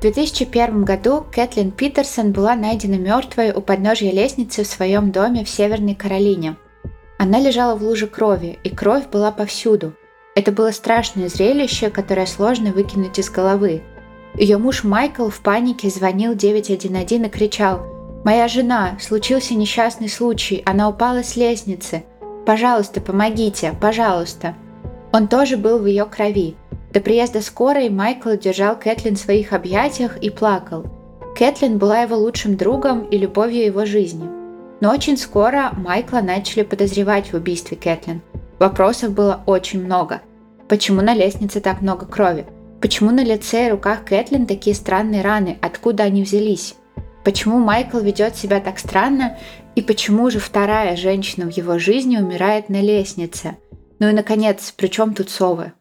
В 2001 году Кэтлин Питерсон была найдена мертвой у подножья лестницы в своем доме в Северной Каролине. Она лежала в луже крови, и кровь была повсюду. Это было страшное зрелище, которое сложно выкинуть из головы. Ее муж Майкл в панике звонил 911 и кричал: «Моя жена, случился несчастный случай, она упала с лестницы. Пожалуйста, помогите, пожалуйста». Он тоже был в ее крови. До приезда скорой Майкл держал Кэтлин в своих объятиях и плакал. Кэтлин была его лучшим другом и любовью его жизни. Но очень скоро Майкла начали подозревать в убийстве Кэтлин. Вопросов было очень много. Почему на лестнице так много крови? Почему на лице и руках Кэтлин такие странные раны? Откуда они взялись? Почему Майкл ведет себя так странно? И почему же вторая женщина в его жизни умирает на лестнице? Ну и, наконец, при чем тут совы?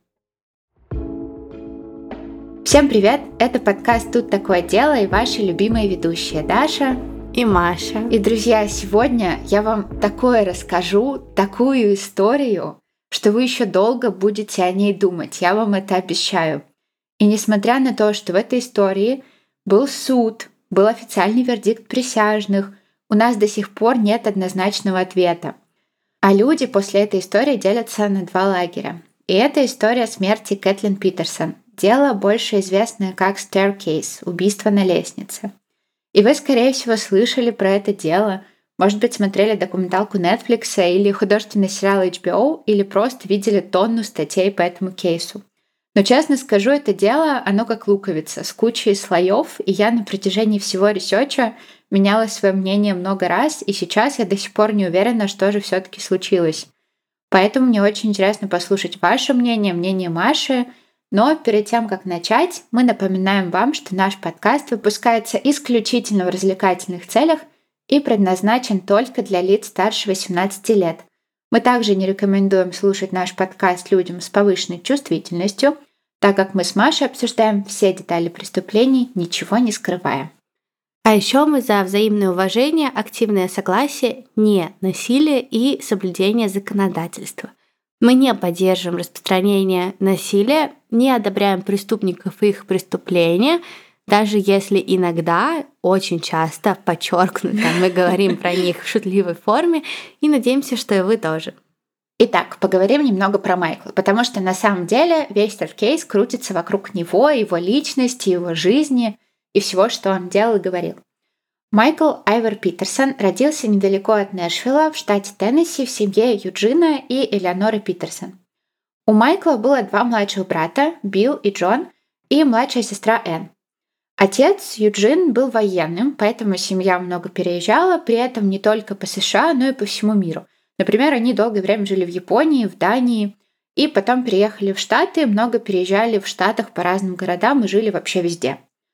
Всем привет! Это подкаст «Тут такое дело» и ваши любимые ведущие Даша и Маша. И, друзья, сегодня я вам такое расскажу, такую историю, что вы еще долго будете о ней думать, я вам это обещаю. И несмотря на то, что в этой истории был суд, был официальный вердикт присяжных, у нас до сих пор нет однозначного ответа. А люди после этой истории делятся на два лагеря. И это история смерти Кэтлин Питерсон. Дело, больше известное как Staircase – убийство на лестнице. И вы, скорее всего, слышали про это дело, может быть, смотрели документалку Netflix или художественный сериал HBO, или просто видели тонну статей по этому кейсу. Но честно скажу, это дело, оно как луковица, с кучей слоев, и я на протяжении всего ресерча меняла свое мнение много раз, и сейчас я до сих пор не уверена, что же все-таки случилось. Поэтому мне очень интересно послушать ваше мнение, мнение Маши. Но перед тем, как начать, мы напоминаем вам, что наш подкаст выпускается исключительно в развлекательных целях и предназначен только для лиц старше 18 лет. Мы также не рекомендуем слушать наш подкаст людям с повышенной чувствительностью, так как мы с Машей обсуждаем все детали преступлений, ничего не скрывая. А еще мы за взаимное уважение, активное согласие, не насилие и соблюдение законодательства. Мы не поддерживаем распространение насилия, не одобряем преступников и их преступления, даже если иногда, очень часто, подчеркнуто, мы говорим про них в шутливой форме и надеемся, что и вы тоже. Итак, поговорим немного про Майкла, потому что на самом деле весь этот кейс крутится вокруг него, его личности, его жизни и всего, что он делал и говорил. Майкл Айвер Питерсон родился недалеко от Нэшвилла в штате Теннесси в семье Юджина и Элеоноры Питерсон. У Майкла было два младших брата, Билл и Джон, и младшая сестра Энн. Отец Юджин был военным, поэтому семья много переезжала, при этом не только по США, но и по всему миру. Например, они долгое время жили в Японии, в Дании, и потом переехали в Штаты, много переезжали в Штатах по разным городам и жили вообще везде.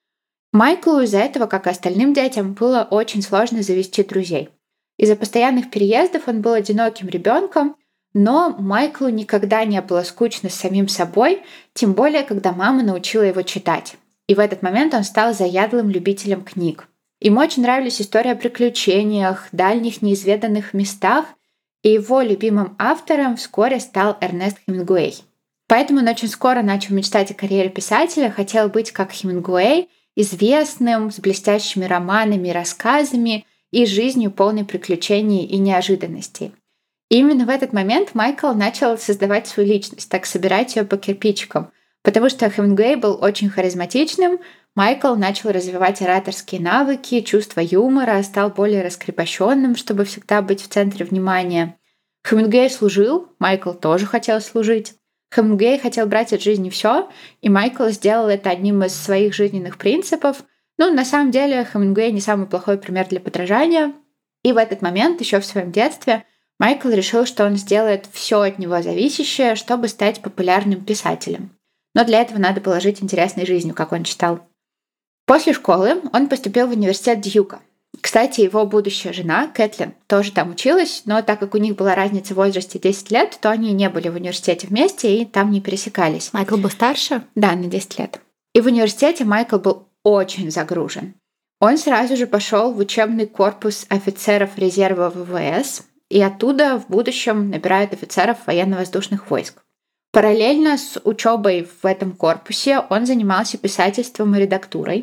Майклу из-за этого, как и остальным детям, было очень сложно завести друзей. Из-за постоянных переездов он был одиноким ребенком, но Майклу никогда не было скучно с самим собой, тем более, когда мама научила его читать. И в этот момент он стал заядлым любителем книг. Ему очень нравились истории о приключениях, дальних неизведанных местах, и его любимым автором вскоре стал Эрнест Хемингуэй. Поэтому он очень скоро начал мечтать о карьере писателя, хотел быть как Хемингуэй, известным, с блестящими романами и рассказами и жизнью полной приключений и неожиданностей. И именно в этот момент Майкл начал создавать свою личность, так собирать ее по кирпичикам. Потому что Хемингуэй был очень харизматичным, Майкл начал развивать ораторские навыки, чувство юмора, стал более раскрепощенным, чтобы всегда быть в центре внимания. Хемингуэй служил, Майкл тоже хотел служить. Хемингуэй хотел брать от жизни все, и Майкл сделал это одним из своих жизненных принципов. Но на самом деле Хемингуэй не самый плохой пример для подражания. И в этот момент, еще в своем детстве, Майкл решил, что он сделает все от него зависящее, чтобы стать популярным писателем. Но для этого надо было жить интересной жизнью, как он читал. После школы он поступил в университет Дьюка. Кстати, его будущая жена, Кэтлин, тоже там училась, но так как у них была разница в возрасте 10 лет, то они не были в университете вместе и там не пересекались. Майкл был старше? Да, на 10 лет. И в университете Майкл был очень загружен. Он сразу же пошел в учебный корпус офицеров резерва ВВС, и оттуда в будущем набирают офицеров военно-воздушных войск. Параллельно с учебой в этом корпусе он занимался писательством и редактурой.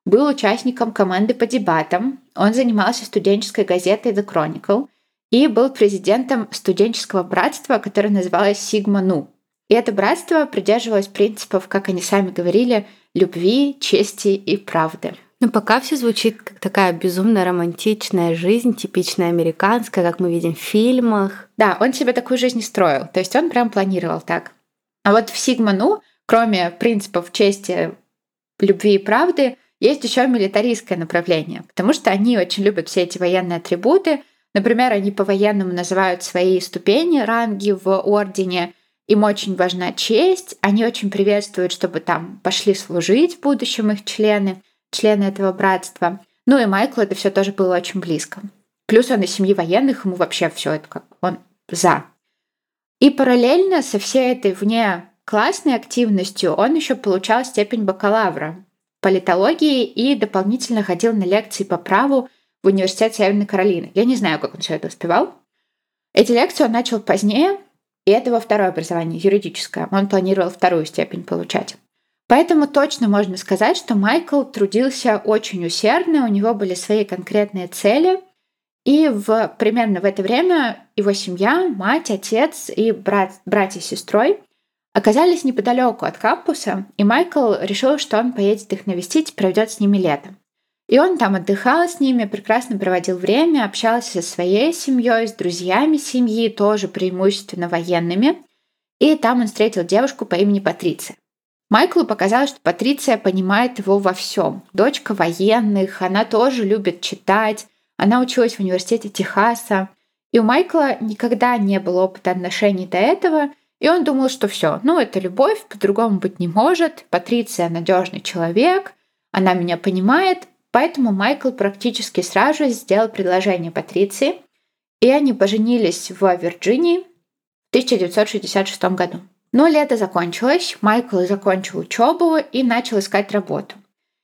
был участником команды по дебатам, он занимался студенческой газетой The Chronicle и был президентом студенческого братства, которое называлось Sigma Nu. И это братство придерживалось принципов, как они сами говорили, любви, чести и правды. Ну, пока все звучит как такая безумно романтичная жизнь, типичная американская, как мы видим в фильмах. Да, он себе такую жизнь не строил, то есть он прям планировал так. А вот в Sigma Nu, кроме принципов чести, любви и правды, есть еще милитаристское направление, потому что они очень любят все эти военные атрибуты. Например, они по-военному называют свои ступени, ранги в ордене. Им очень важна честь, они очень приветствуют, чтобы там пошли служить в будущем их члены этого братства. Ну и Майклу это все тоже было очень близко. Плюс он из семьи военных, ему вообще все это как он за. И параллельно со всей этой внеклассной активностью он еще получал степень бакалавра в политологии и дополнительно ходил на лекции по праву в университет Северной Каролины. Я не знаю, как он все это успевал. Эти лекции он начал позднее, и это его второе образование, юридическое. Он планировал вторую степень получать. Поэтому точно можно сказать, что Майкл трудился очень усердно, у него были свои конкретные цели. И примерно в это время его семья, мать, отец и братья с сестрой оказались неподалеку от кампуса, и Майкл решил, что он поедет их навестить и проведет с ними лето. И он там отдыхал с ними, прекрасно проводил время, общался со своей семьей, с друзьями семьи, тоже преимущественно военными. И там он встретил девушку по имени Патриция. Майклу показалось, что Патриция понимает его во всем. Дочка военных, она тоже любит читать, она училась в университете Техаса. И у Майкла никогда не было опыта отношений до этого, и он думал, что все, это любовь, по-другому быть не может. Патриция надежный человек, она меня понимает. Поэтому Майкл практически сразу же сделал предложение Патриции, и они поженились в Вирджинии в 1966 году. Но лето закончилось, Майкл закончил учебу и начал искать работу.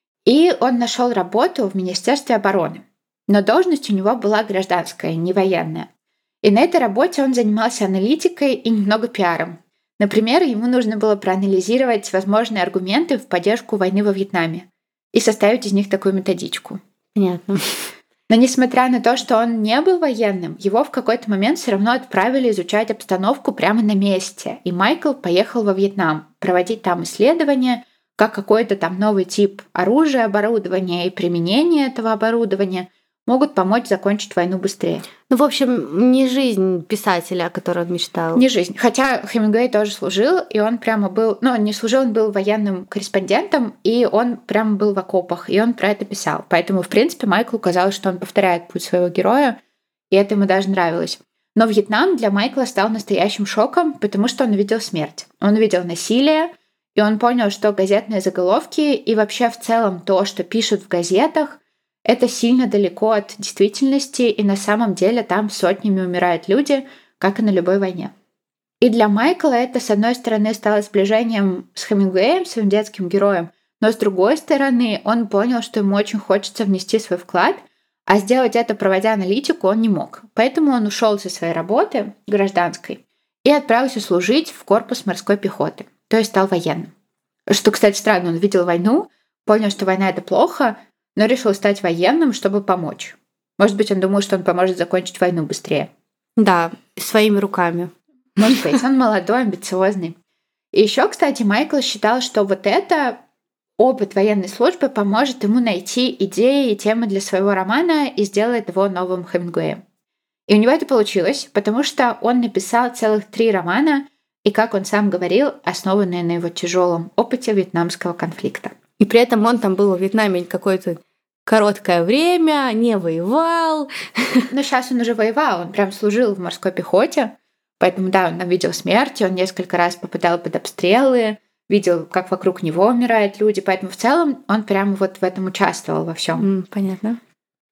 И он нашел работу в Министерстве обороны. Но должность у него была гражданская, не военная. И на этой работе он занимался аналитикой и немного пиаром. Например, ему нужно было проанализировать возможные аргументы в поддержку войны во Вьетнаме и составить из них такую методичку. Понятно. Но несмотря на то, что он не был военным, его в какой-то момент все равно отправили изучать обстановку прямо на месте. И Майкл поехал во Вьетнам проводить там исследования, как какой-то там новый тип оружия, оборудования и применение этого оборудования могут помочь закончить войну быстрее. В общем, не жизнь писателя, о которой он мечтал. Не жизнь. Хотя Хемингуэй тоже служил, и он прямо был... он не служил, он был военным корреспондентом, и он прямо был в окопах, и он про это писал. Поэтому, в принципе, Майклу казалось, что он повторяет путь своего героя, и это ему даже нравилось. Но Вьетнам для Майкла стал настоящим шоком, потому что он увидел смерть. Он увидел насилие, и он понял, что газетные заголовки и вообще в целом то, что пишут в газетах, это сильно далеко от действительности, и на самом деле там сотнями умирают люди, как и на любой войне. И для Майкла это, с одной стороны, стало сближением с Хемингуэем, своим детским героем, но с другой стороны, он понял, что ему очень хочется внести свой вклад, а сделать это, проводя аналитику, он не мог. Поэтому он ушел со своей работы гражданской и отправился служить в корпус морской пехоты, то есть стал военным. Что, кстати, странно, он видел войну, понял, что война — это плохо, но решил стать военным, чтобы помочь. Может быть, он думал, что он поможет закончить войну быстрее. Да, своими руками. Может быть, он молодой, амбициозный. И еще, кстати, Майкл считал, что вот это опыт военной службы поможет ему найти идеи и темы для своего романа и сделает его новым Хемингуэем. И у него это получилось, потому что он написал целых 3 романа, и, как он сам говорил, основанные на его тяжелом опыте вьетнамского конфликта. И при этом он там был в Вьетнаме какое-то короткое время, не воевал. Но сейчас он уже воевал, он прям служил в морской пехоте. Поэтому, да, он видел смерть, он несколько раз попадал под обстрелы, видел, как вокруг него умирают люди. Поэтому в целом он прямо вот в этом участвовал во всем. Понятно.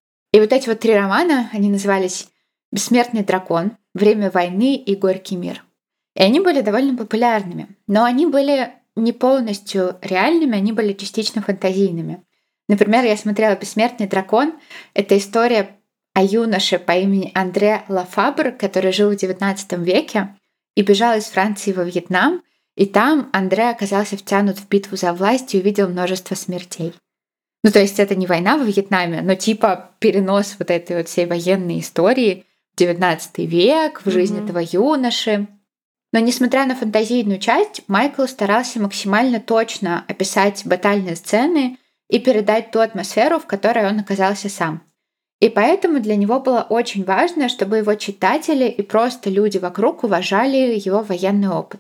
И вот эти вот 3 романа, они назывались «Бессмертный дракон», «Время войны» и «Горький мир». И они были довольно популярными, но они были не полностью реальными, они были частично фантазийными. Например, я смотрела «Бессмертный дракон». Это история о юноше по имени Андре Лафабр, который жил в XIX веке и бежал из Франции во Вьетнам. И там Андре оказался втянут в битву за власть и увидел множество смертей. Ну, то есть это не война во Вьетнаме, но типа перенос вот этой вот всей военной истории в 19 век, в жизнь этого юноши. Но несмотря на фантазийную часть, Майкл старался максимально точно описать батальные сцены и передать ту атмосферу, в которой он оказался сам. И поэтому для него было очень важно, чтобы его читатели и просто люди вокруг уважали его военный опыт.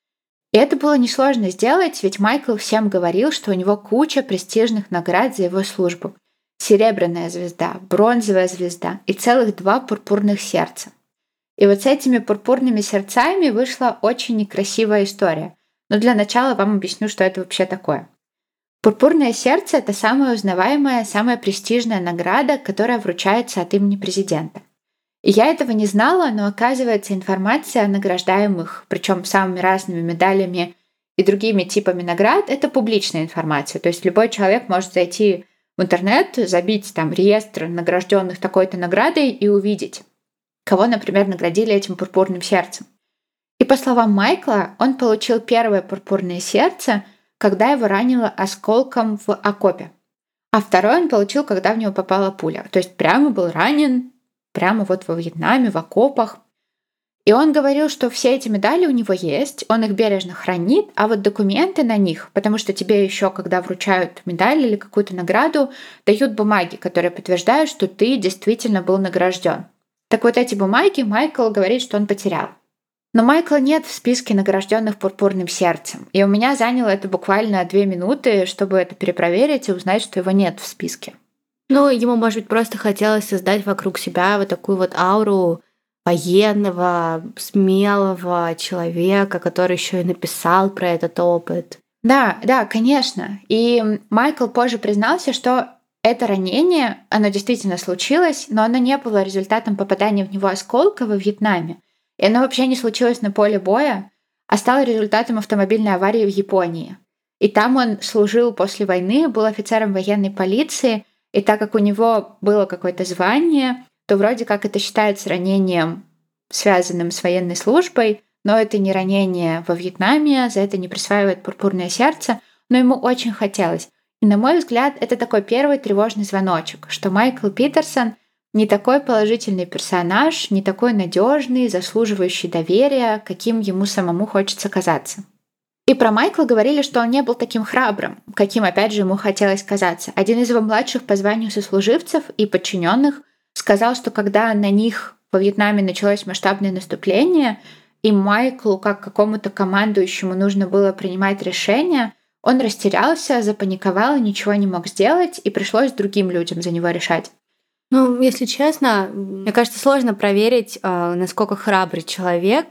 И это было несложно сделать, ведь Майкл всем говорил, что у него куча престижных наград за его службу. Серебряная звезда, бронзовая звезда и целых 2 пурпурных сердца. И вот с этими пурпурными сердцами вышла очень некрасивая история. Но для начала вам объясню, что это вообще такое. Пурпурное сердце — это самая узнаваемая, самая престижная награда, которая вручается от имени президента. И я этого не знала, но оказывается, информация о награждаемых, причем самыми разными медалями и другими типами наград, это публичная информация. То есть любой человек может зайти в интернет, забить там реестр награжденных такой-то наградой и увидеть, кого, например, наградили этим пурпурным сердцем. И по словам Майкла, он получил первое пурпурное сердце, когда его ранило осколком в окопе. А второе он получил, когда в него попала пуля. То есть прямо был ранен, прямо вот во Вьетнаме, в окопах. И он говорил, что все эти медали у него есть, он их бережно хранит, а вот документы на них, потому что тебе еще, когда вручают медаль или какую-то награду, дают бумаги, которые подтверждают, что ты действительно был награжден. Так вот эти бумаги Майкл говорит, что он потерял. Но Майкла нет в списке награжденных пурпурным сердцем. И у меня заняло это буквально 2 минуты, чтобы это перепроверить и узнать, что его нет в списке. Ну, ему, может быть, просто хотелось создать вокруг себя вот такую вот ауру военного, смелого человека, который еще и написал про этот опыт. Да, конечно. И Майкл позже признался, что это ранение, оно действительно случилось, но оно не было результатом попадания в него осколка во Вьетнаме. И оно вообще не случилось на поле боя, а стало результатом автомобильной аварии в Японии. И там он служил после войны, был офицером военной полиции, и так как у него было какое-то звание, то вроде как это считается ранением, связанным с военной службой, но это не ранение во Вьетнаме, за это не присваивает пурпурное сердце, но ему очень хотелось. И, на мой взгляд, это такой первый тревожный звоночек, что Майкл Питерсон не такой положительный персонаж, не такой надежный, заслуживающий доверия, каким ему самому хочется казаться. И про Майкла говорили, что он не был таким храбрым, каким, опять же, ему хотелось казаться. Один из его младших по званию сослуживцев и подчиненных сказал, что когда на них во Вьетнаме началось масштабное наступление, и Майклу, как какому-то командующему, нужно было принимать решения, он растерялся, запаниковал и ничего не мог сделать, и пришлось другим людям за него решать. Ну, если честно, мне кажется, сложно проверить, насколько храбрый человек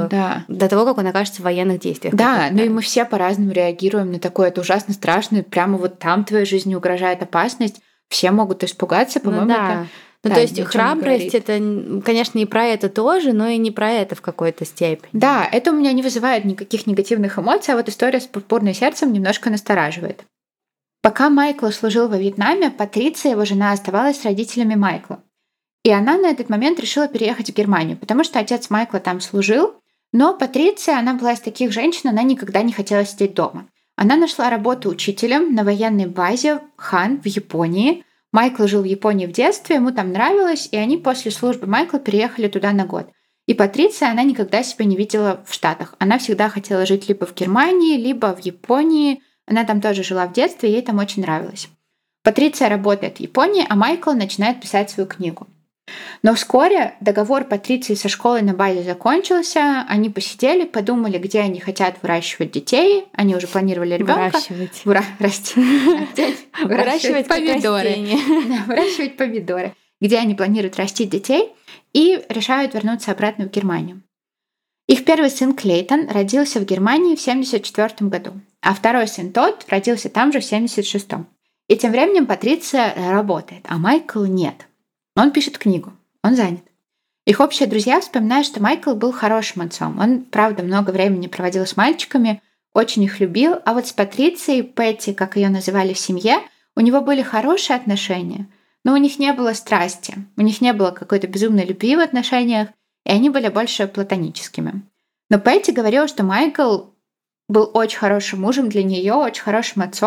до того, как он окажется в военных действиях. Да, ну и мы все по-разному реагируем на такое. Это ужасно страшно. Прямо вот там твоей жизни угрожает опасность. Все могут испугаться, по-моему, это... Ну, то есть храбрость — это, конечно, и про это тоже, но и не про это в какой-то степени. Да, это у меня не вызывает никаких негативных эмоций, а вот история с пурпурным сердцем немножко настораживает. Пока Майкл служил во Вьетнаме, Патриция, его жена, оставалась с родителями Майкла. И она на этот момент решила переехать в Германию, потому что отец Майкла там служил, но Патриция, она была из таких женщин, она никогда не хотела сидеть дома. Она нашла работу учителем на военной базе Хан в Японии. Майкл жил в Японии в детстве, ему там нравилось, и они после службы Майкла переехали туда на год. И Патриция, она никогда себя не видела в Штатах. Она всегда хотела жить либо в Германии, либо в Японии. Она там тоже жила в детстве, ей там очень нравилось. Патриция работает в Японии, а Майкл начинает писать свою книгу. Но вскоре договор Патриции со школой на базе закончился, они посидели, подумали, где они хотят выращивать детей, они уже планировали ребенка. Выращивать помидоры. Выращивать помидоры. Где они планируют растить детей, и решают вернуться обратно в Германию. Их первый сын Клейтон родился в Германии в 1974 году, а второй сын Тодд родился там же в 1976. И тем временем Патриция работает, а Майкл нет. Он пишет книгу, он занят. Их общие друзья вспоминают, что Майкл был хорошим отцом. Он, правда, много времени проводил с мальчиками, очень их любил, а вот с Патрицией, Петти, как ее называли в семье, у него были хорошие отношения, но у них не было страсти, у них не было какой-то безумной любви в отношениях, и они были больше платоническими. Но Петти говорила, что Майкл был очень хорошим мужем для нее, очень хорошим отцом.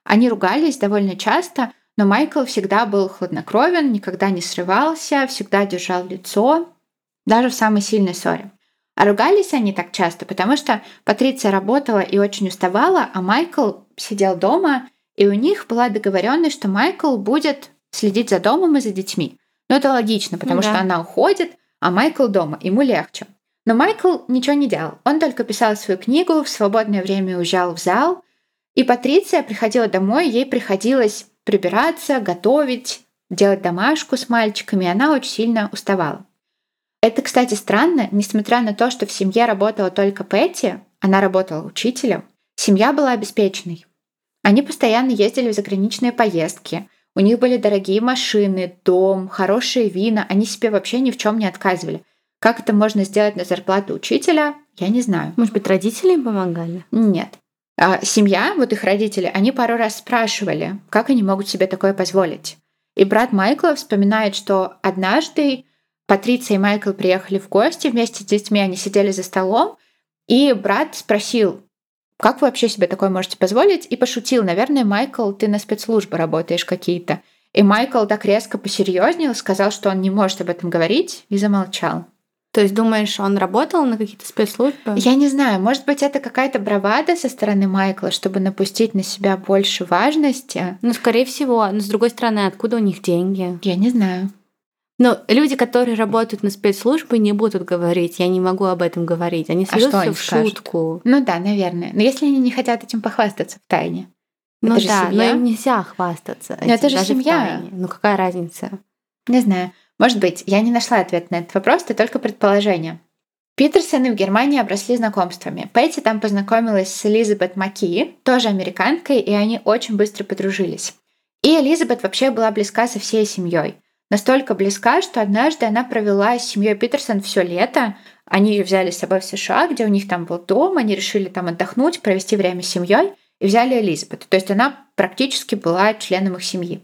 Они ругались довольно часто, но Майкл всегда был хладнокровен, никогда не срывался, всегда держал лицо, даже в самой сильной ссоре. А ругались они так часто, потому что Патриция работала и очень уставала, а Майкл сидел дома, и у них была договоренность, что Майкл будет следить за домом и за детьми. Но это логично, потому что она уходит, а Майкл дома, ему легче. Но Майкл ничего не делал. Он только писал свою книгу, в свободное время уезжал в зал, и Патриция приходила домой, ей приходилось прибираться, готовить, делать домашку с мальчиками, и она очень сильно уставала. Это, кстати, странно, несмотря на то, что в семье работала только Пэтти, она работала учителем, семья была обеспеченной. Они постоянно ездили в заграничные поездки, у них были дорогие машины, дом, хорошие вина, они себе вообще ни в чем не отказывали. Как это можно сделать на зарплату учителя, я не знаю. Может быть, родители им помогали? Нет. А семья, вот их родители, они пару раз спрашивали, как они могут себе такое позволить. И брат Майкла вспоминает, что однажды Патриция и Майкл приехали в гости вместе с детьми, они сидели за столом, и брат спросил, как вы вообще себе такое можете позволить, и пошутил, наверное, Майкл, ты на спецслужбы работаешь какие-то. И Майкл так резко посерьезнел, сказал, что он не может об этом говорить, и замолчал. То есть, думаешь, он работал на какие-то спецслужбы? Я не знаю, может быть, это какая-то бравада со стороны Майкла, чтобы напустить на себя больше важности? Ну, скорее всего. Но, с другой стороны, откуда у них деньги? Я не знаю. Но люди, которые работают на спецслужбы, не будут говорить, я не могу об этом говорить. Они смеются в шутку. Ну да, наверное. Но если они не хотят этим похвастаться в тайне. Ну да, но им нельзя хвастаться. Но это же семья. Ну какая разница? Не знаю. Может быть, я не нашла ответ на этот вопрос, это только предположение. Питерсоны в Германии обросли знакомствами. Пэтти там познакомилась с Элизабет Маки, тоже американкой, и они очень быстро подружились. И Элизабет вообще была близка со всей семьей. Настолько близка, что однажды она провела с семьей Питерсон все лето. Они ее взяли с собой в США, где у них там был дом, они решили там отдохнуть, провести время с семьей, и взяли Элизабет. То есть она практически была членом их семьи.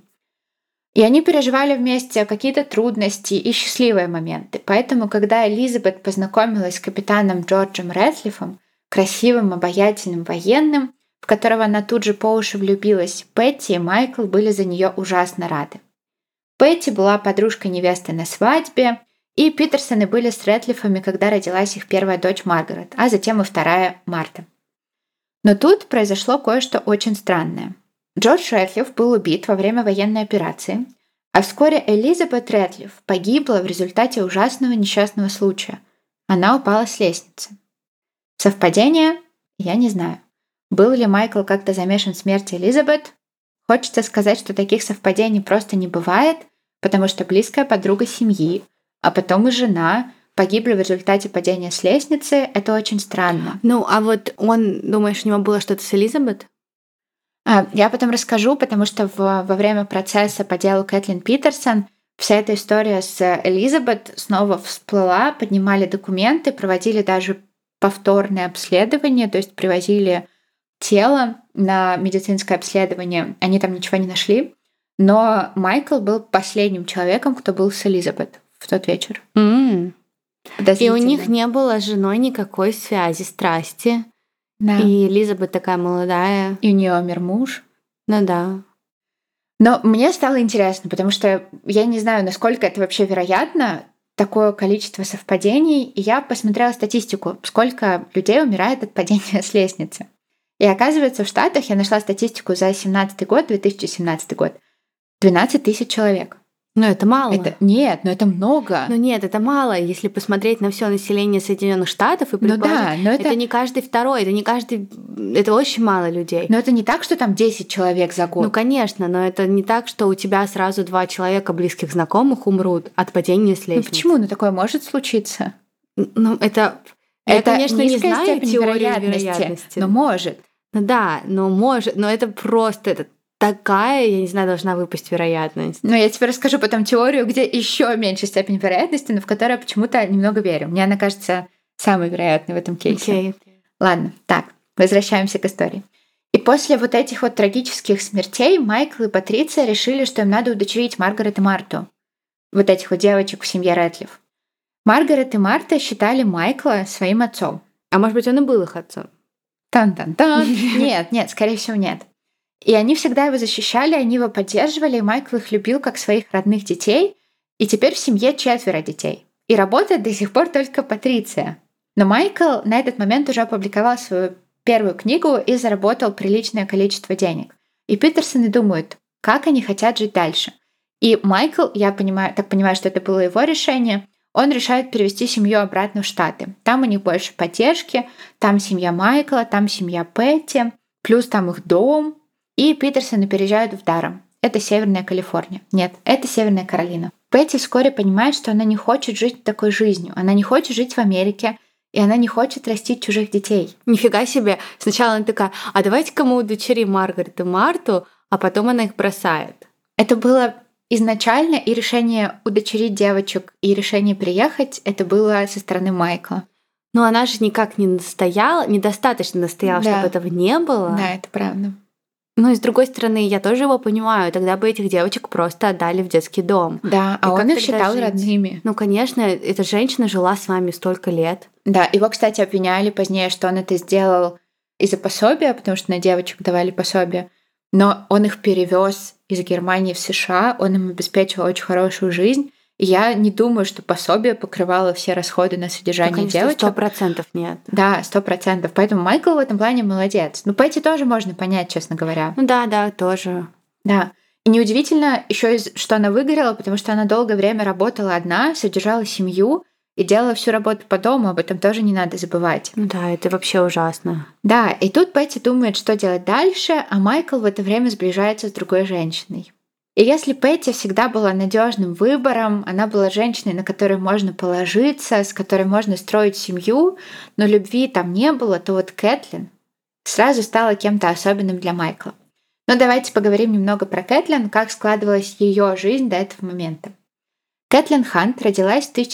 И они переживали вместе какие-то трудности и счастливые моменты. Поэтому, когда Элизабет познакомилась с капитаном Джорджем Рэдклиффом, красивым, обаятельным военным, в которого она тут же по уши влюбилась, Пэтти и Майкл были за нее ужасно рады. Пэтти была подружкой невесты на свадьбе, и Питерсоны были с Рэдклиффами, когда родилась их первая дочь Маргарет, а затем и вторая Марта. Но тут произошло кое-что очень странное. Джордж Рэдклифф был убит во время военной операции, а вскоре Элизабет Рэдклифф погибла в результате ужасного несчастного случая. Она упала с лестницы. Совпадение? Я не знаю. Был ли Майкл как-то замешан в смерти Элизабет? Хочется сказать, что таких совпадений просто не бывает, потому что близкая подруга семьи, а потом и жена погибли в результате падения с лестницы. Это очень странно. Ну, а вот он, думаешь, у него было что-то с Элизабет? Я потом расскажу, потому что во время процесса по делу Кэтлин Питерсон вся эта история с Элизабет снова всплыла, поднимали документы, проводили даже повторное обследование, то есть привозили тело на медицинское обследование. Они там ничего не нашли, но Майкл был последним человеком, кто был с Элизабет в тот вечер. И у них не было с женой никакой связи, страсти. Да. И Элизабет такая молодая. И у нее умер муж. Ну да. Но мне стало интересно, потому что я не знаю, насколько это вообще вероятно, такое количество совпадений. И я посмотрела статистику, сколько людей умирает от падения с лестницы. И оказывается, в Штатах я нашла статистику за 2017 год, 2017 год. 12 тысяч человек. Но это мало. Нет, но это много. Ну нет, это мало, если посмотреть на все население Соединенных Штатов и предположить, это не каждый второй, это очень мало людей. Но это не так, что там 10 человек за год. Ну конечно, но это не так, что у тебя сразу 2 человека близких знакомых умрут от падения с лестницы. Ну почему? Ну такое может случиться. Ну это я, конечно, не знаю теорию вероятности. Но может. Ну да, но может, но это просто такая, я не знаю, должна выпасть вероятность. Ну, я тебе расскажу потом теорию, где еще меньше степень вероятности, но в которой я почему-то немного верю. Мне она кажется самой вероятной в этом кейсе. Okay. Ладно, так, возвращаемся к истории. И после вот этих вот трагических смертей Майкл и Патриция решили, что им надо удочерить Маргарет и Марту. Вот этих вот девочек в семье Рэдклифф. Маргарет и Марта считали Майкла своим отцом. А может быть, он и был их отцом? Тан-тан-тан. Нет, скорее всего, нет. И они всегда его защищали, они его поддерживали, и Майкл их любил как своих родных детей. И теперь в семье 4 детей. И работает до сих пор только Патриция. Но Майкл на этот момент уже опубликовал свою первую книгу и заработал приличное количество денег. И Питерсоны думают, как они хотят жить дальше. И Майкл, я так понимаю, что это было его решение, он решает перевести семью обратно в Штаты. Там у них больше поддержки, там семья Майкла, там семья Петти, плюс там их дом. И Питерсоны переезжают в Даррам. Это Северная Калифорния. Нет, это Северная Каролина. Петти вскоре понимает, что она не хочет жить такой жизнью. Она не хочет жить в Америке, и она не хочет растить чужих детей. Нифига себе. Сначала она такая, а давайте-ка мы удочерим Маргарет и Марту, а потом она их бросает. Это было изначально, и решение удочерить девочек, и решение приехать, это было со стороны Майкла. Но она же никак не настояла, недостаточно настояла, Да. чтобы этого не было. Да, это правда. Ну и с другой стороны, я тоже его понимаю, тогда бы этих девочек просто отдали в детский дом. Да, а И он как их тогда считал жить? родными. Ну, конечно, эта женщина жила с вами столько лет. Да, его, кстати, обвиняли позднее, что он это сделал из-за пособия, потому что на девочек давали пособие. Но он их перевез из Германии в США, он им обеспечил очень хорошую жизнь. И я не думаю, что пособие покрывало все расходы на содержание девочек. 100% нет. Да, 100%. Поэтому Майкл в этом плане молодец. Ну, Петти тоже можно понять, честно говоря. Ну да, тоже. Да. И неудивительно еще, что она выгорела, потому что она долгое время работала одна, содержала семью и делала всю работу по дому, об этом тоже не надо забывать. Ну да, это вообще ужасно. Да, и тут Петти думает, что делать дальше, а Майкл в это время сближается с другой женщиной. И если Петти всегда была надежным выбором, она была женщиной, на которую можно положиться, с которой можно строить семью, но любви там не было, то вот Кэтлин сразу стала кем-то особенным для Майкла. Но давайте поговорим немного про Кэтлин, как складывалась ее жизнь до этого момента. Кэтлин Хант родилась в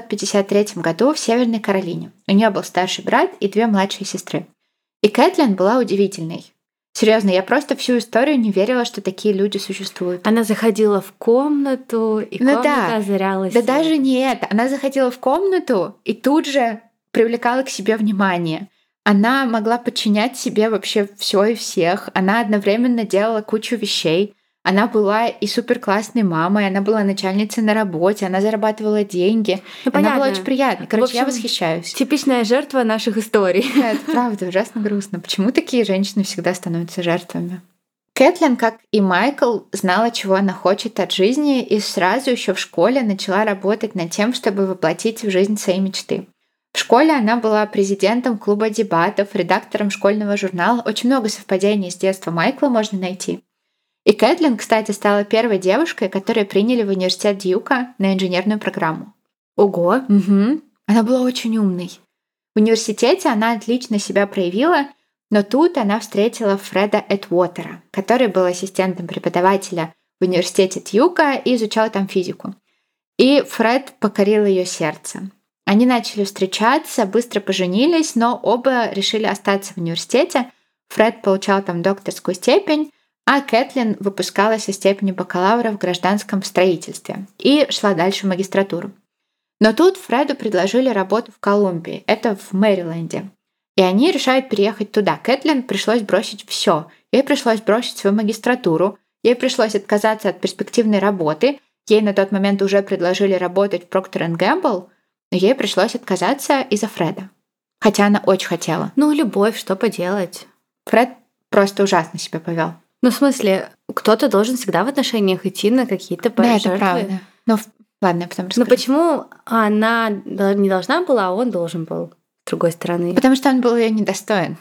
1953 году в Северной Каролине. У нее был старший брат и 2 младшие сестры. И Кэтлин была удивительной. Серьезно, я просто всю историю не верила, что такие люди существуют. Она заходила в комнату, и комната озарялась. Да даже не это. Она заходила в комнату и тут же привлекала к себе внимание. Она могла подчинять себе вообще все и всех. Она одновременно делала кучу вещей. Она была и супер классной мамой, она была начальницей на работе, она зарабатывала деньги. Ну, она была очень приятной. Короче, я восхищаюсь. Типичная жертва наших историй. Да, это правда ужасно грустно. Почему такие женщины всегда становятся жертвами? Кэтлин, как и Майкл, знала, чего она хочет от жизни, и сразу еще в школе начала работать над тем, чтобы воплотить в жизнь свои мечты. В школе она была президентом клуба дебатов, редактором школьного журнала. Очень много совпадений с детства Майкла можно найти. И Кэтлин, кстати, стала первой девушкой, которую приняли в университет Дьюка на инженерную программу. Ого! Угу. Она была очень умной. В университете она отлично себя проявила, но тут она встретила Фреда Эдвотера, который был ассистентом преподавателя в университете Дьюка и изучал там физику. И Фред покорил ее сердце. Они начали встречаться, быстро поженились, но оба решили остаться в университете. Фред получал там докторскую степень, а Кэтлин выпускалась со степенью бакалавра в гражданском строительстве и шла дальше в магистратуру. Но тут Фреду предложили работу в Колумбии, это в Мэриленде. И они решают переехать туда. Кэтлин пришлось бросить все. Ей пришлось бросить свою магистратуру, ей пришлось отказаться от перспективной работы. Ей на тот момент уже предложили работать в Procter & Gamble, но ей пришлось отказаться из-за Фреда. Хотя она очень хотела. Ну, любовь, что поделать? Фред просто ужасно себя повел. Ну, в смысле, кто-то должен всегда в отношениях идти на какие-то жертвы. Это правда. Но ладно, я потом расскажу. Но почему она не должна была, а он должен был, с другой стороны? Потому что он был ее недостоин.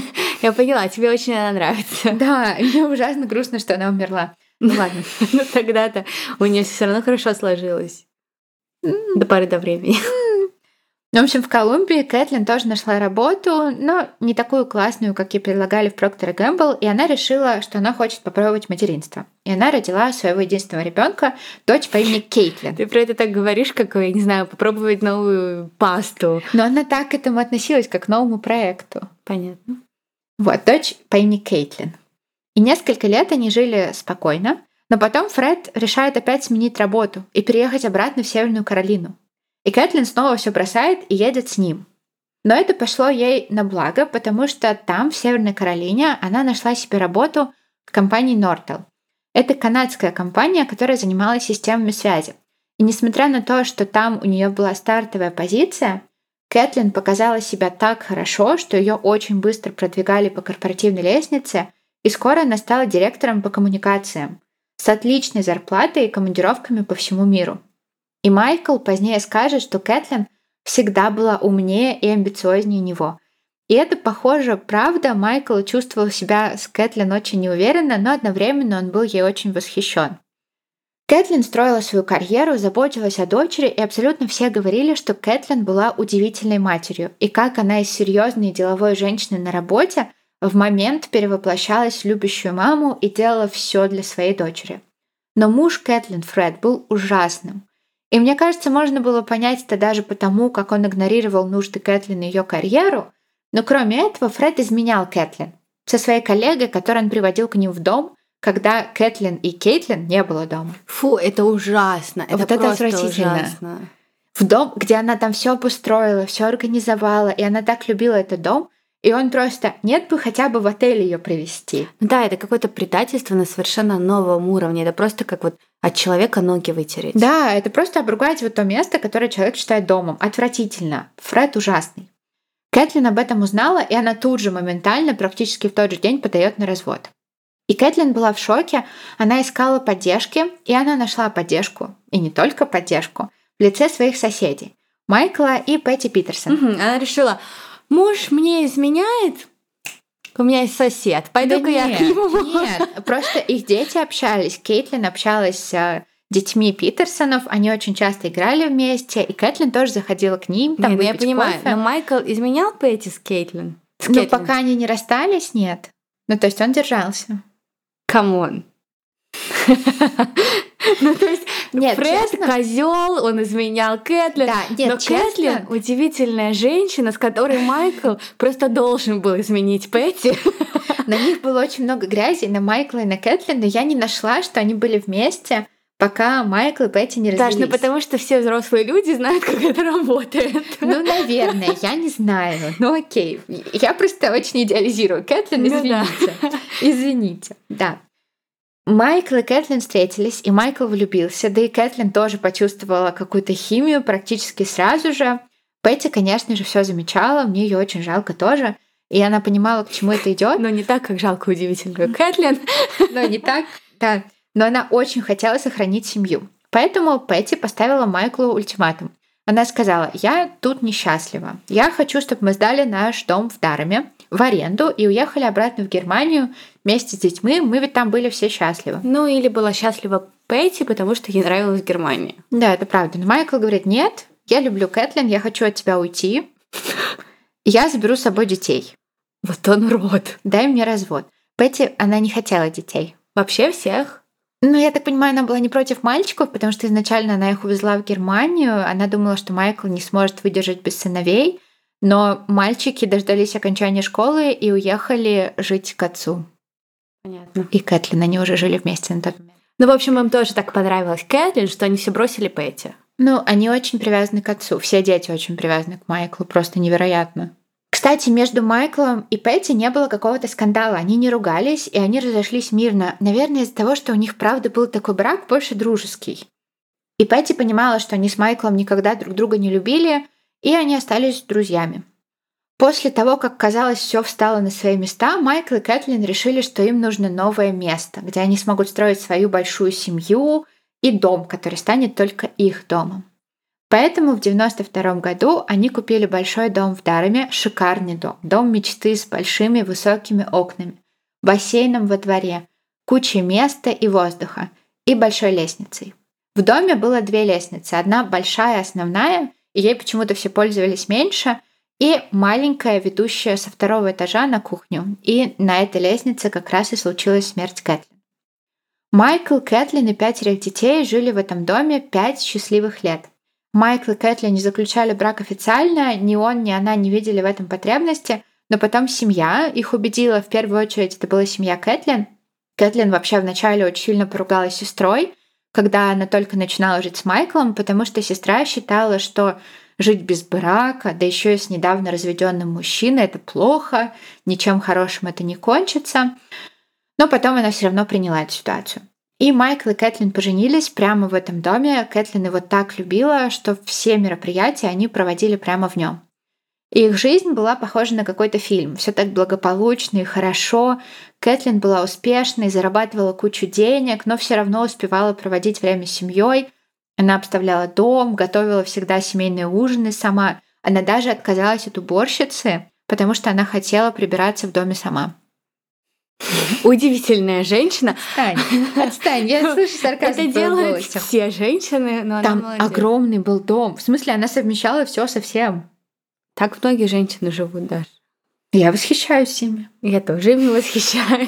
Я поняла, тебе очень она нравится. Да, и мне ужасно грустно, что она умерла. Ну ладно. Ну тогда-то у нее все равно хорошо сложилось. До поры до времени. Ну, в общем, в Колумбии Кэтлин тоже нашла работу, но не такую классную, как ей предлагали в Procter & Gamble, и она решила, что она хочет попробовать материнство. И она родила своего единственного ребенка, дочь по имени Кейтлин. Ты про это так говоришь, как, я не знаю, попробовать новую пасту. Но она так к этому относилась, как к новому проекту. Понятно. Вот, дочь по имени Кейтлин. И несколько лет они жили спокойно, но потом Фред решает опять сменить работу и переехать обратно в Северную Каролину. И Кэтлин снова все бросает и едет с ним. Но это пошло ей на благо, потому что там, в Северной Каролине, она нашла себе работу компании Nortel. Это канадская компания, которая занималась системами связи. И несмотря на то, что там у нее была стартовая позиция, Кэтлин показала себя так хорошо, что ее очень быстро продвигали по корпоративной лестнице, и скоро она стала директором по коммуникациям с отличной зарплатой и командировками по всему миру. И Майкл позднее скажет, что Кэтлин всегда была умнее и амбициознее него. И это, похоже, правда. Майкл чувствовал себя с Кэтлин очень неуверенно, но одновременно он был ей очень восхищен. Кэтлин строила свою карьеру, заботилась о дочери, и абсолютно все говорили, что Кэтлин была удивительной матерью, и как она из серьезной деловой женщины на работе в момент перевоплощалась в любящую маму и делала все для своей дочери. Но муж Кэтлин, Фред, был ужасным. И мне кажется, можно было понять это даже потому, как он игнорировал нужды Кэтлин и ее карьеру, но кроме этого Фред изменял Кэтлин со своей коллегой, которую он приводил к ним в дом, когда Кэтлин и Кейтлин не было дома. Фу, это ужасно. Это вот просто это отвратительно. Ужасно. В дом, где она там все обустроила, все организовала, и она так любила этот дом, и он просто, нет бы хотя бы в отель ее привезти. Да, это какое-то предательство на совершенно новом уровне. Это просто как вот от человека ноги вытереть. Да, это просто обругать вот то место, которое человек считает домом. Отвратительно. Фред ужасный. Кэтлин об этом узнала, и она тут же моментально, практически в тот же день, подает на развод. И Кэтлин была в шоке, она искала поддержки, и она нашла поддержку, и не только поддержку, в лице своих соседей, Майкла и Пэтти Питерсон. Она решила, муж мне изменяет, у меня есть сосед, пойду-ка я к нему. Нет, просто их дети общались, Кейтлин общалась с детьми Питерсонов, они очень часто играли вместе, и Кэтлин тоже заходила к ним, там выпить я понимаю, кофе. но Майкл изменял Пэтти с Кейтлин? Ну, пока они не расстались, нет. Ну, то есть он держался. Камон. Ну, то есть, нет, Фред козел, он изменял Кэтлин. Да, нет, но Кэтлин удивительная женщина, с которой Майкл просто должен был изменить Пэтти. На них было очень много грязи, на Майкла и на Кэтлин, но я не нашла, что они были вместе, пока Майкл и Пэтти не развелись. Даш, ну потому что все взрослые люди знают, как это работает. Ну, наверное, я не знаю. Ну, окей. Я просто очень идеализирую Кэтлин, извините. Извините, да. Майкл и Кэтлин встретились, и Майкл влюбился, да и Кэтлин тоже почувствовала какую-то химию практически сразу же. Пэтти, конечно же, все замечала, мне ее очень жалко тоже, и она понимала, к чему это идет. Но не так, как жалко удивительную Кэтлин. Но не так, да. Но она очень хотела сохранить семью. Поэтому Пэтти поставила Майклу ультиматум. Она сказала, я тут несчастлива. Я хочу, чтобы мы сдали наш дом в Дараме в аренду и уехали обратно в Германию вместе с детьми. Мы ведь там были все счастливы. Ну, или была счастлива Пэтти, потому что ей нравилась Германия. Да, это правда. Но Майкл говорит, нет, я люблю Кэтлин, я хочу от тебя уйти. Я заберу с собой детей. Вот он урод. Дай мне развод. Пэтти, она не хотела детей. Вообще всех? Ну, я так понимаю, она была не против мальчиков, потому что изначально она их увезла в Германию. Она думала, что Майкл не сможет выдержать без сыновей. Но мальчики дождались окончания школы и уехали жить к отцу. Понятно. И Кэтлин, они уже жили вместе на тот момент. Ну, в общем, им тоже так понравилась Кэтлин, что они все бросили Пэтти. Ну, они очень привязаны к отцу. Все дети очень привязаны к Майклу. Просто невероятно. Кстати, между Майклом и Пэтти не было какого-то скандала. Они не ругались, и они разошлись мирно. Наверное, из-за того, что у них, правда, был такой брак больше дружеский. И Пэтти понимала, что они с Майклом никогда друг друга не любили, и они остались друзьями. После того, как, казалось, все встало на свои места, Майкл и Кэтлин решили, что им нужно новое место, где они смогут строить свою большую семью и дом, который станет только их домом. Поэтому в 1992 году они купили большой дом в Дараме, шикарный дом, дом мечты с большими высокими окнами, бассейном во дворе, кучей места и воздуха и большой лестницей. В доме было 2 лестницы, одна большая, основная, и ей почему-то все пользовались меньше, и маленькая, ведущая со 2-го этажа на кухню. И на этой лестнице как раз и случилась смерть Кэтлин. Майкл, Кэтлин и 5 детей жили в этом доме 5 счастливых лет. Майкл и Кэтлин не заключали брак официально, ни он, ни она не видели в этом потребности, но потом семья их убедила, в первую очередь это была семья Кэтлин. Кэтлин вообще вначале очень сильно поругалась с сестрой, когда она только начинала жить с Майклом, потому что сестра считала, что жить без брака, да еще и с недавно разведенным мужчиной, это плохо, ничем хорошим это не кончится. Но потом она все равно приняла эту ситуацию. И Майкл и Кэтлин поженились прямо в этом доме. Кэтлин его так любила, что все мероприятия они проводили прямо в нем. И их жизнь была похожа на какой-то фильм. Все так благополучно и хорошо. Кэтлин была успешной, зарабатывала кучу денег, но все равно успевала проводить время с семьей. Она обставляла дом, готовила всегда семейные ужины сама. Она даже отказалась от уборщицы, потому что она хотела прибираться в доме сама. Удивительная женщина. Отстань, я слышу сарказм. Это делают все женщины, но там она молодец. огромный был дом. В смысле, она совмещала все со всем. Так многие женщины живут, Даш. Я восхищаюсь ими. Я тоже ими восхищаюсь.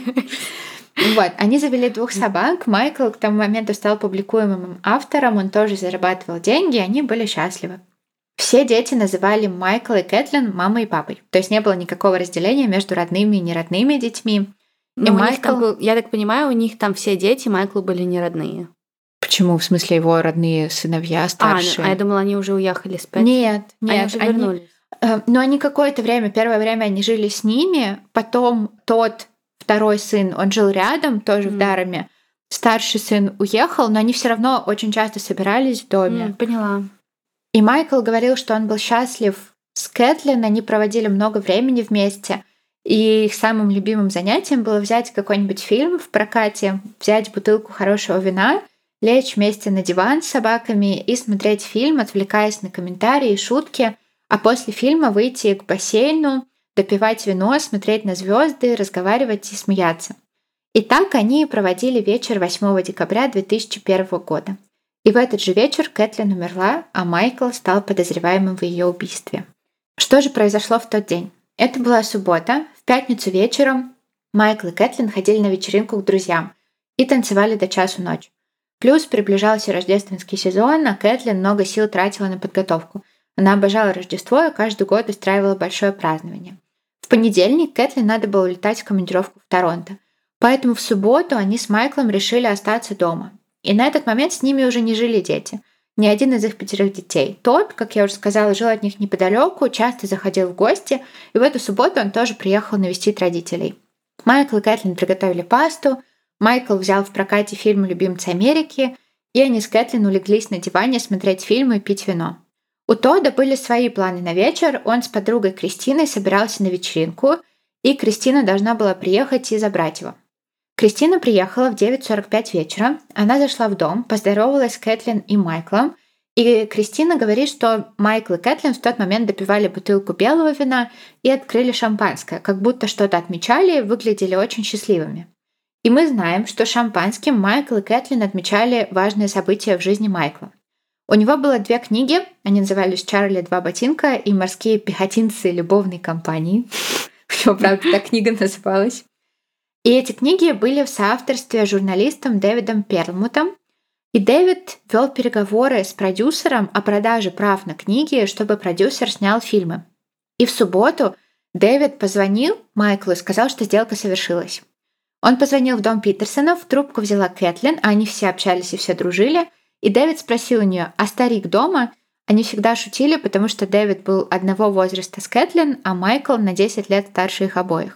Вот, они завели 2 собак. Майкл к тому моменту стал публикуемым автором, он тоже зарабатывал деньги, и они были счастливы. Все дети называли Майкла и Кэтлин мамой и папой. То есть не было никакого разделения между родными и неродными детьми. И Майкл, я так понимаю, у них там все дети Майклу были не родные. Почему? В смысле, его родные сыновья старшие? А я думала, они уже уехали с Пэт. Нет, они уже вернулись. Но они какое-то время, первое время они жили с ними, потом тот второй сын, он жил рядом, тоже в Дараме. Старший сын уехал, но они все равно очень часто собирались в доме. Поняла. И Майкл говорил, что он был счастлив с Кэтлин, они проводили много времени вместе. И их самым любимым занятием было взять какой-нибудь фильм в прокате, взять бутылку хорошего вина, лечь вместе на диван с собаками и смотреть фильм, отвлекаясь на комментарии и шутки, а после фильма выйти к бассейну, допивать вино, смотреть на звезды, разговаривать и смеяться. И так они проводили вечер 8 декабря 2001 года. И в этот же вечер Кэтлин умерла, а Майкл стал подозреваемым в ее убийстве. Что же произошло в тот день? Это была суббота. В пятницу вечером Майкл и Кэтлин ходили на вечеринку к друзьям и танцевали до часу ночи. Плюс приближался рождественский сезон, а Кэтлин много сил тратила на подготовку. Она обожала Рождество и каждый год устраивала большое празднование. В понедельник Кэтлин надо было улетать в командировку в Торонто. Поэтому в субботу они с Майклом решили остаться дома. И на этот момент с ними уже не жили дети. Ни один из их 5 детей. Тот, как я уже сказала, жил от них неподалеку, часто заходил в гости, и в эту субботу он тоже приехал навестить родителей. Майкл и Кэтлин приготовили пасту, Майкл взял в прокате фильм «Любимцы Америки», и они с Кэтлин улеглись на диване смотреть фильмы и пить вино. У Тодда были свои планы на вечер, он с подругой Кристиной собирался на вечеринку, и Кристина должна была приехать и забрать его. Кристина приехала в 9:45 вечера, она зашла в дом, поздоровалась с Кэтлин и Майклом, и Кристина говорит, что Майкл и Кэтлин в тот момент допивали бутылку белого вина и открыли шампанское, как будто что-то отмечали и выглядели очень счастливыми. И мы знаем, что шампанским Майкл и Кэтлин отмечали важные события в жизни Майкла. У него было 2 книги, они назывались «Чарли 2 ботинка» и «Морские пехотинцы любовной компании». У него, правда, так книга называлась. И эти книги были в соавторстве с журналистом Дэвидом Перлмутом. И Дэвид вел переговоры с продюсером о продаже прав на книги, чтобы продюсер снял фильмы. И в субботу Дэвид позвонил Майклу и сказал, что сделка совершилась. Он позвонил в дом Питерсонов, в трубку взяла Кэтлин, а они все общались и все дружили. И Дэвид спросил у нее, а старик дома? Они всегда шутили, потому что Дэвид был одного возраста с Кэтлин, а Майкл на 10 лет старше их обоих.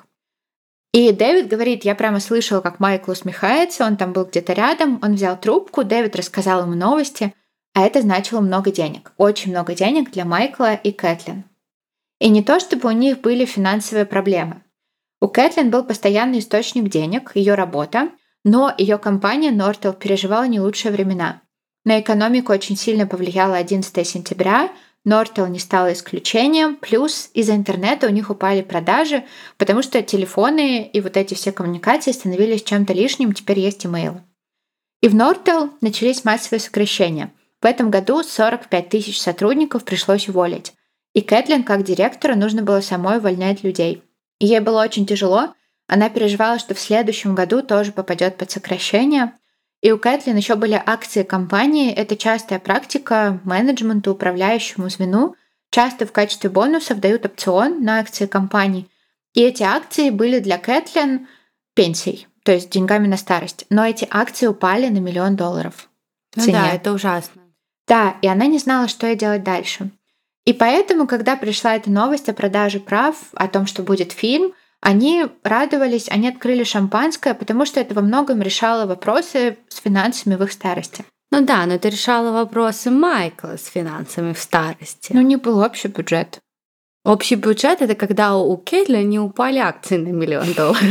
И Дэвид говорит, я прямо слышал, как Майкл усмехается, он там был где-то рядом, он взял трубку, Дэвид рассказал ему новости, а это значило много денег, очень много денег для Майкла и Кэтлин. И не то, чтобы у них были финансовые проблемы. У Кэтлин был постоянный источник денег, ее работа, но ее компания Nortel переживала не лучшие времена. На экономику очень сильно повлияло 11 сентября, Nortel не стало исключением, плюс из-за интернета у них упали продажи, потому что телефоны и вот эти все коммуникации становились чем-то лишним, теперь есть имейл. И в Nortel начались массовые сокращения. В этом году 45 тысяч сотрудников пришлось уволить. И Кэтлин, как директору, нужно было самой увольнять людей. И ей было очень тяжело, она переживала, что в следующем году тоже попадет под сокращение. И у Кэтлин еще были акции компании. Это частая практика менеджменту, управляющему звену. Часто в качестве бонусов дают опцион на акции компаний. И эти акции были для Кэтлин пенсией, то есть деньгами на старость. Но эти акции упали на $1 миллион в цене. Да, это ужасно. Да, и она не знала, что ей делать дальше. И поэтому, когда пришла эта новость о продаже прав, о том, что будет фильм, Они радовались, они открыли шампанское, потому что это во многом решало вопросы с финансами в их старости. Ну да, но это решало вопросы Майкла с финансами в старости. Ну, не был общий бюджет. Общий бюджет — это когда у Кэтлин не упали акции на $1 миллион.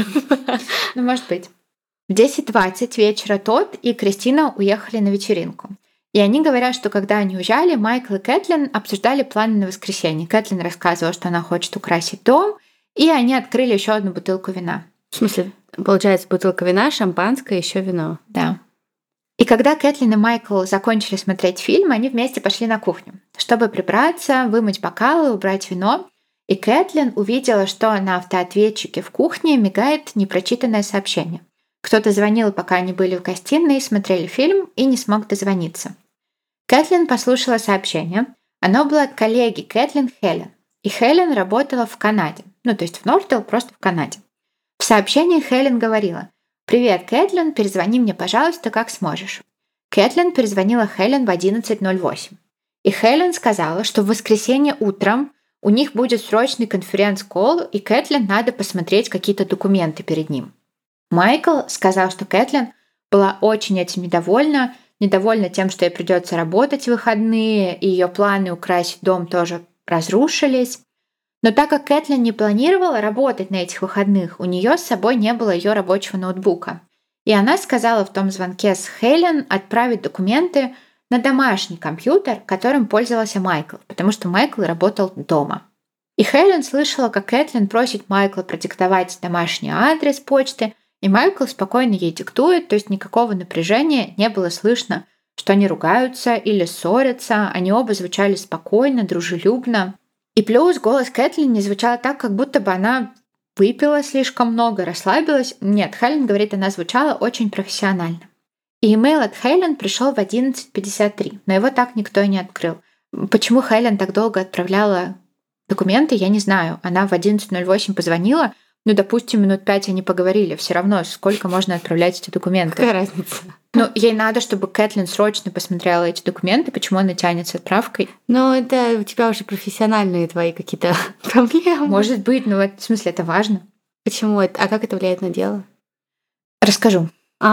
Ну, может быть. В 10:20 вечера Тодд и Кристина уехали на вечеринку. И они говорят, что когда они уезжали, Майкл и Кэтлин обсуждали планы на воскресенье. Кэтлин рассказывала, что она хочет украсить дом, и они открыли еще одну бутылку вина. В смысле, получается, бутылка вина, шампанское, еще вино. Да. И когда Кэтлин и Майкл закончили смотреть фильм, они вместе пошли на кухню, чтобы прибраться, вымыть бокалы, убрать вино. И Кэтлин увидела, что на автоответчике в кухне мигает непрочитанное сообщение. Кто-то звонил, пока они были в гостиной, смотрели фильм и не смог дозвониться. Кэтлин послушала сообщение. Оно было от коллеги Кэтлин Хелен. И Хелен работала в Канаде. Ну, то есть в Норддейл, просто в Канаде. В сообщении Хелен говорила: «Привет, Кэтлин, перезвони мне, пожалуйста, как сможешь». Кэтлин перезвонила Хелен в 11:08. И Хелен сказала, что в воскресенье утром у них будет срочный конференц-колл, и Кэтлин надо посмотреть какие-то документы перед ним. Майкл сказал, что Кэтлин была очень этим недовольна тем, что ей придется работать в выходные, и ее планы украсить дом тоже разрушились. Но так как Кэтлин не планировала работать на этих выходных, у нее с собой не было ее рабочего ноутбука. И она сказала в том звонке с Хелен отправить документы на домашний компьютер, которым пользовался Майкл, потому что Майкл работал дома. И Хелен слышала, как Кэтлин просит Майкла продиктовать домашний адрес почты, и Майкл спокойно ей диктует, то есть никакого напряжения не было слышно, что они ругаются или ссорятся, они оба звучали спокойно, дружелюбно. И плюс голос Кэтлин не звучал так, как будто бы она выпила слишком много, расслабилась. Нет, Хелен говорит, она звучала очень профессионально. И имейл от Хелен пришел в 11:53, но его так никто и не открыл. Почему Хелен так долго отправляла документы, я не знаю. Она в 11:08 позвонила, ну, допустим, минут 5 они поговорили. Все равно, сколько можно отправлять эти документы. Какая разница? Ну, ей надо, чтобы Кэтлин срочно посмотрела эти документы, почему она тянет с отправкой. Ну, это у тебя уже профессиональные твои какие-то проблемы. Может быть, но в смысле это важно. Почему это? А как это влияет на дело? Расскажу.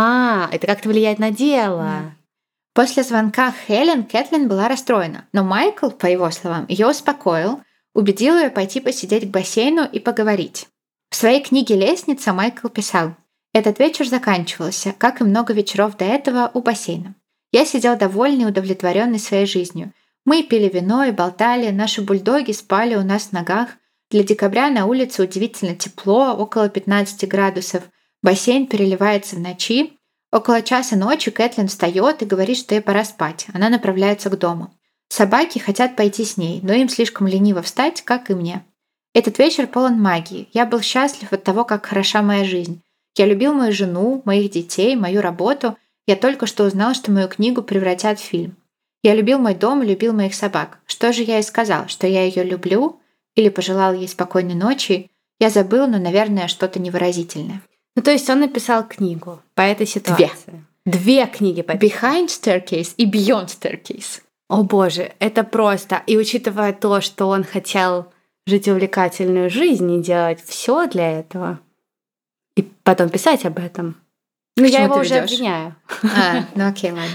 Это как-то влияет на дело. После звонка Хелен Кэтлин была расстроена, но Майкл, по его словам, ее успокоил, убедил ее пойти посидеть к бассейну и поговорить. В своей книге «Лестница» Майкл писал: «Этот вечер заканчивался, как и много вечеров до этого, у бассейна. Я сидел довольный и удовлетворенный своей жизнью. Мы пили вино и болтали, наши бульдоги спали у нас в ногах. Для декабря на улице удивительно тепло, около 15 градусов. Бассейн переливается в ночи. Около часа ночи Кэтлин встает и говорит, что ей пора спать. Она направляется к дому. Собаки хотят пойти с ней, но им слишком лениво встать, как и мне. Этот вечер полон магии. Я был счастлив от того, как хороша моя жизнь. Я любил мою жену, моих детей, мою работу. Я только что узнал, что мою книгу превратят в фильм. Я любил мой дом и любил моих собак. Что же я и сказал? Что я ее люблю? Или пожелал ей спокойной ночи? Я забыл, но, наверное, что-то невыразительное». Ну, то есть он написал книгу по этой ситуации. Две книги по этой. Behind Staircase и Beyond Staircase. О боже, это просто. И учитывая то, что он хотел жить увлекательную жизнь и делать все для этого, и потом писать об этом. Ну, я его уже обвиняю. Ну окей, ладно.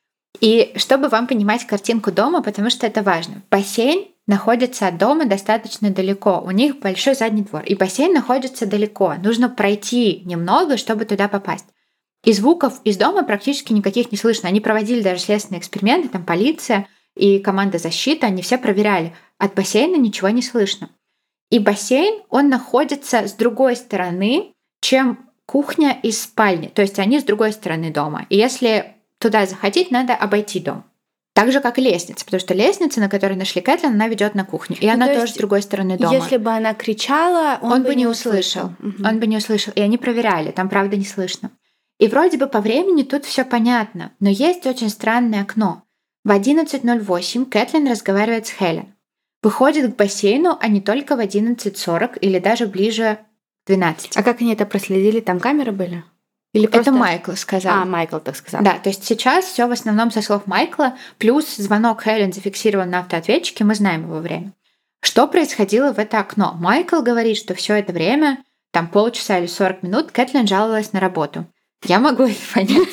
И чтобы вам понимать картинку дома, потому что это важно. Бассейн находится от дома достаточно далеко. У них большой задний двор. И бассейн находится далеко. Нужно пройти немного, чтобы туда попасть. И звуков из дома практически никаких не слышно. Они проводили даже следственные эксперименты, там полиция и команда защиты, они все проверяли. От бассейна ничего не слышно. И бассейн, он находится с другой стороны, чем кухня и спальня. То есть они с другой стороны дома. И если туда заходить, надо обойти дом. Так же, как и лестница, потому что лестница, на которой нашли Кэтлин, она ведет на кухню. И она тоже с другой стороны дома. Если бы она кричала, он бы не услышал. Он бы не услышал. И они проверяли, там правда не слышно. И вроде бы по времени тут все понятно, но есть очень странное окно. В 11:08 Кэтлин разговаривает с Хелен. Выходит к бассейну, а не только в 11:40 или даже ближе к 12. А как они это проследили? Там камеры были? Или просто... Это Майкл сказал. Майкл так сказал. Да, то есть сейчас все в основном со слов Майкла, плюс звонок Хелен зафиксирован на автоответчике, мы знаем его время. Что происходило в это окно? Майкл говорит, что все это время там полчаса или 40 минут Кэтлин жаловалась на работу. Я могу это понять.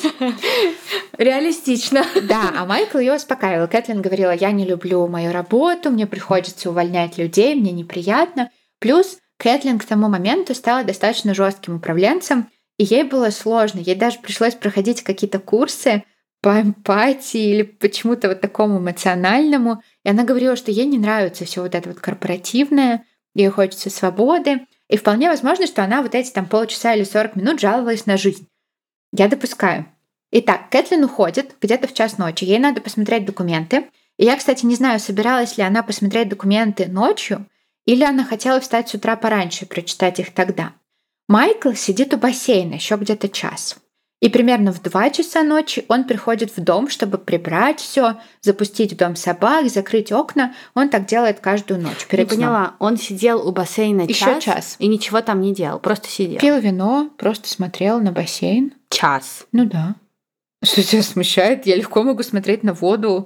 Реалистично. Да, а Майкл ее успокаивал. Кэтлин говорила: я не люблю мою работу, мне приходится увольнять людей, мне неприятно. Плюс Кэтлин к тому моменту стала достаточно жестким управленцем, и ей было сложно. Ей даже пришлось проходить какие-то курсы по эмпатии или почему-то вот такому эмоциональному. И она говорила, что ей не нравится все вот это вот корпоративное, ей хочется свободы. И вполне возможно, что она вот эти там полчаса или 40 минут жаловалась на жизнь. Я допускаю. Итак, Кэтлин уходит где-то в час ночи. Ей надо посмотреть документы. И я, кстати, не знаю, собиралась ли она посмотреть документы ночью, или она хотела встать с утра пораньше и прочитать их тогда. Майкл сидит у бассейна еще где-то час. И примерно в 2 часа ночи он приходит в дом, чтобы прибрать все, запустить в дом собак, закрыть окна. Он так делает каждую ночь перед сном. Я поняла, он сидел у бассейна час и ничего там не делал, просто сидел. Пил вино, просто смотрел на бассейн. Час. Ну да. Что тебя смущает? Я легко могу смотреть на воду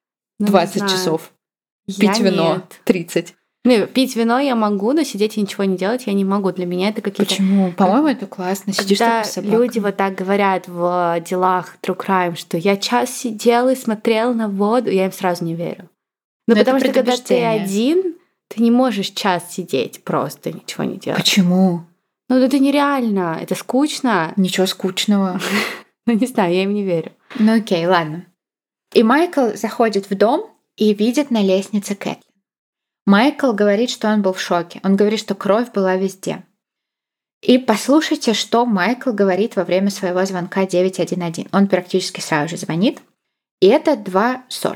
20 часов. Пить вино 30. Ну, пить вино я могу, но сидеть и ничего не делать я не могу. Для меня это какие-то... Почему? По-моему, это классно. Сидишь Когда только с собакой. люди вот так говорят в делах True Crime, что я час сидел и смотрел на воду, я им сразу не верю. Ну, потому что когда ты один, ты не можешь час сидеть просто, ничего не делать. Почему? Ну, это нереально, это скучно. Ничего скучного. Ну, не знаю, я им не верю. Ну, окей, ладно. И Майкл заходит в дом и видит на лестнице Кэтлин. Майкл говорит, что он был в шоке. Он говорит, что кровь была везде. И послушайте, что Майкл говорит во время своего звонка 911. Он практически сразу же звонит. И это 2:40.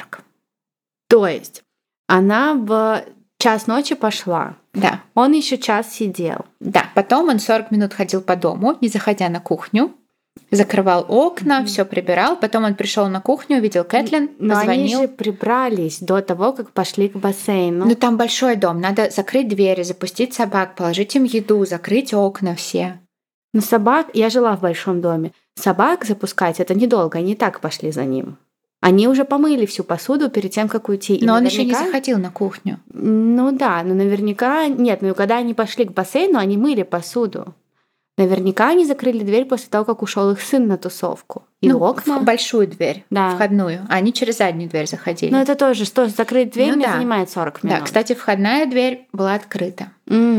То есть она в час ночи пошла. Да. Он еще час сидел. Да. Потом он 40 минут ходил по дому, не заходя на кухню. Закрывал окна, все прибирал. Потом он пришел на кухню, увидел Кэтлин, Но позвонил. они же прибрались до того, как пошли к бассейну. Ну там большой дом, надо закрыть двери, запустить собак, положить им еду, закрыть окна все. Но собак... Я жила в большом доме. Собак запускать — это недолго, они так пошли за ним. Они уже помыли всю посуду перед тем, как уйти. И Но он наверняка... еще не заходил на кухню. Ну да, но наверняка... Нет, ну когда они пошли к бассейну, они мыли посуду. Наверняка они закрыли дверь после того, как ушел их сын на тусовку. И окна... большую дверь, да. Входную. А они через заднюю дверь заходили. Но это тоже, что закрыть дверь Ну, мне да. занимает 40 минут. Да, кстати, входная дверь была открыта.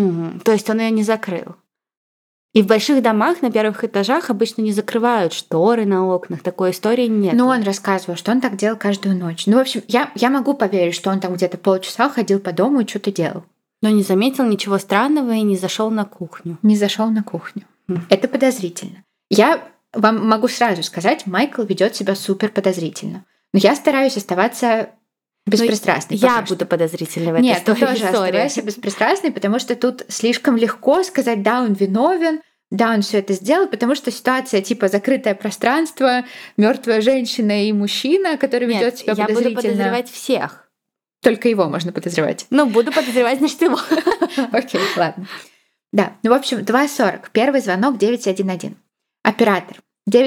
То есть он ее не закрыл. И в больших домах на первых этажах обычно не закрывают шторы на окнах. Такой истории нет. Но он рассказывал, что он так делал каждую ночь. Ну, в общем, я могу поверить, что он там где-то полчаса ходил по дому и что-то делал. Но не заметил ничего странного и не зашел на кухню. Не зашел на кухню. Это подозрительно. Я вам могу сразу сказать, Майкл ведет себя супер подозрительно. Но я стараюсь оставаться беспристрастной. Я буду подозрительной в этой истории. Нет, ты тоже истории. оставайся беспристрастной, потому что тут слишком легко сказать, да, он виновен, да, он все это сделал, потому что ситуация типа закрытое пространство, мертвая женщина и мужчина, который ведет себя подозрительно. Я буду подозревать всех. Только его можно подозревать. Ну, буду подозревать, значит, его. Окей, ладно. Да, ну, в общем, 2:40. Первый звонок 911. Оператор.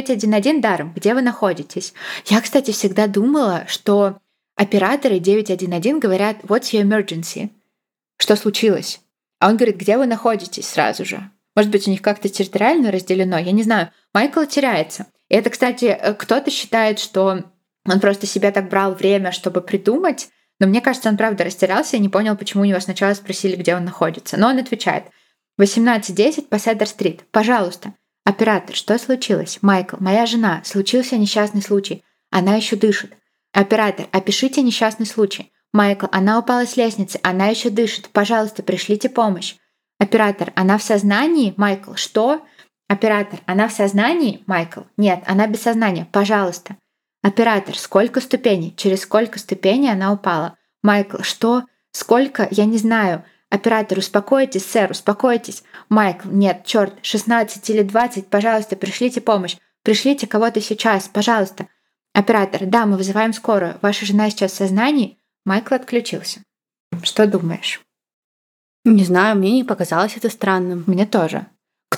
911 даром. Где вы находитесь? Я, кстати, всегда думала, что операторы 911 говорят «What's your emergency?» Что случилось? А он говорит «Где вы находитесь?» сразу же. Может быть, у них как-то территориально разделено? Я не знаю. Майкл теряется. И это, кстати, кто-то считает, что он просто себе так брал время, чтобы придумать. Но мне кажется, он правда растерялся и не понял, почему у него сначала спросили, где он находится. Но он отвечает. 18:10 по Седер-стрит. Пожалуйста. Оператор, что случилось? Майкл, моя жена. Случился несчастный случай. Она еще дышит. Оператор, опишите несчастный случай. Майкл, она упала с лестницы. Она еще дышит. Пожалуйста, пришлите помощь. Оператор, она в сознании? Майкл, что? Оператор, она в сознании? Майкл, нет, она без сознания. Пожалуйста. Оператор, сколько ступеней? Через сколько ступеней она упала? Майкл, что? Сколько? Я не знаю. Оператор, успокойтесь, сэр, успокойтесь. Майкл, нет, черт, 16 или 20, пожалуйста, пришлите помощь. Пришлите кого-то сейчас, пожалуйста. Оператор, да, мы вызываем скорую. Ваша жена сейчас в сознании? Майкл отключился. Что думаешь? Не знаю, мне не показалось это странным. Мне тоже.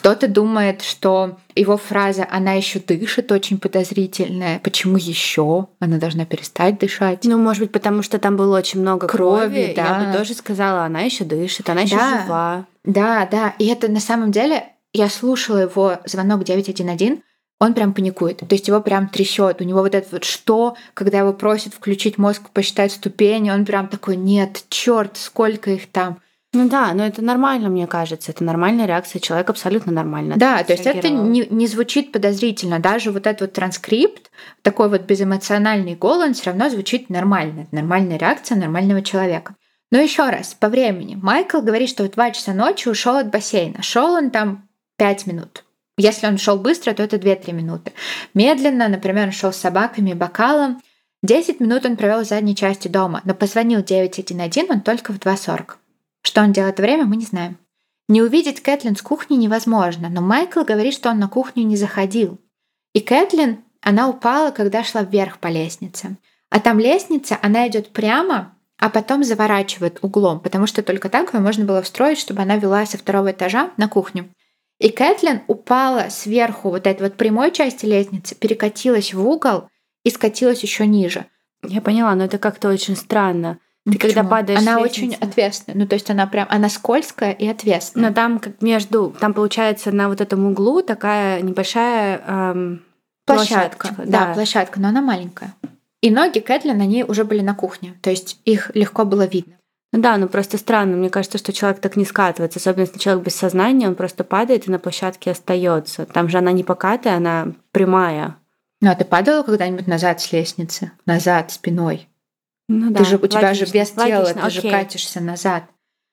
Кто-то думает, что его фраза «она еще дышит» очень подозрительная. Почему еще? Она должна перестать дышать. Ну, может быть, потому что там было очень много крови. Да. Я бы тоже сказала, она еще дышит, она еще жива. Да. И это на самом деле, я слушала его звонок 911, он прям паникует. То есть его прям трясет. У него вот это вот что, когда его просят включить мозг, посчитать ступени, он прям такой: нет, черт, сколько их там. Ну да, но это нормально, мне кажется. Это нормальная реакция. Человек абсолютно нормально. Да, то есть это не звучит подозрительно. Даже вот этот вот транскрипт, такой вот безэмоциональный голос, он все равно звучит нормально. Это нормальная реакция нормального человека. Но еще раз, по времени. Майкл говорит, что в 2 часа ночи ушел от бассейна. Шел он там 5 минут. Если он шел быстро, то это 2-3 минуты. Медленно, например, он шел с собаками и бокалом. 10 минут он провел в задней части дома, но позвонил 911 он только в 2:40. Что он делал это время, мы не знаем. Не увидеть Кэтлин с кухни невозможно, но Майкл говорит, что он на кухню не заходил. И Кэтлин, она упала, когда шла вверх по лестнице. А там лестница, она идет прямо, а потом заворачивает углом, потому что только так ее можно было встроить, чтобы она вела со 2-го этажа на кухню. И Кэтлин упала сверху вот этой вот прямой части лестницы, перекатилась в угол и скатилась еще ниже. Я поняла, но это как-то очень странно. Ты когда падаешь она с очень ответственная. Ну, то есть она скользкая и ответственная. Но там там получается на вот этом углу такая небольшая площадка. Да, площадка, но она маленькая. И ноги Кэтлин, они уже были на кухне. То есть их легко было видно. Ну да, ну просто странно. Мне кажется, что человек так не скатывается. Особенно если человек без сознания, он просто падает и на площадке остается. Там же она не покатая, она прямая. Ну, а ты падала когда-нибудь назад с лестницы? Назад, спиной? Ну, у тебя же без тела, ты же катишься назад.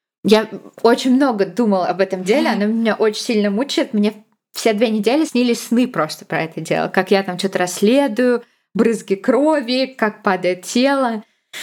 Я очень много думала об этом деле, оно меня очень сильно мучает. Мне все 2 недели снились сны просто про это дело. Как я там что-то расследую, брызги крови, как падает тело.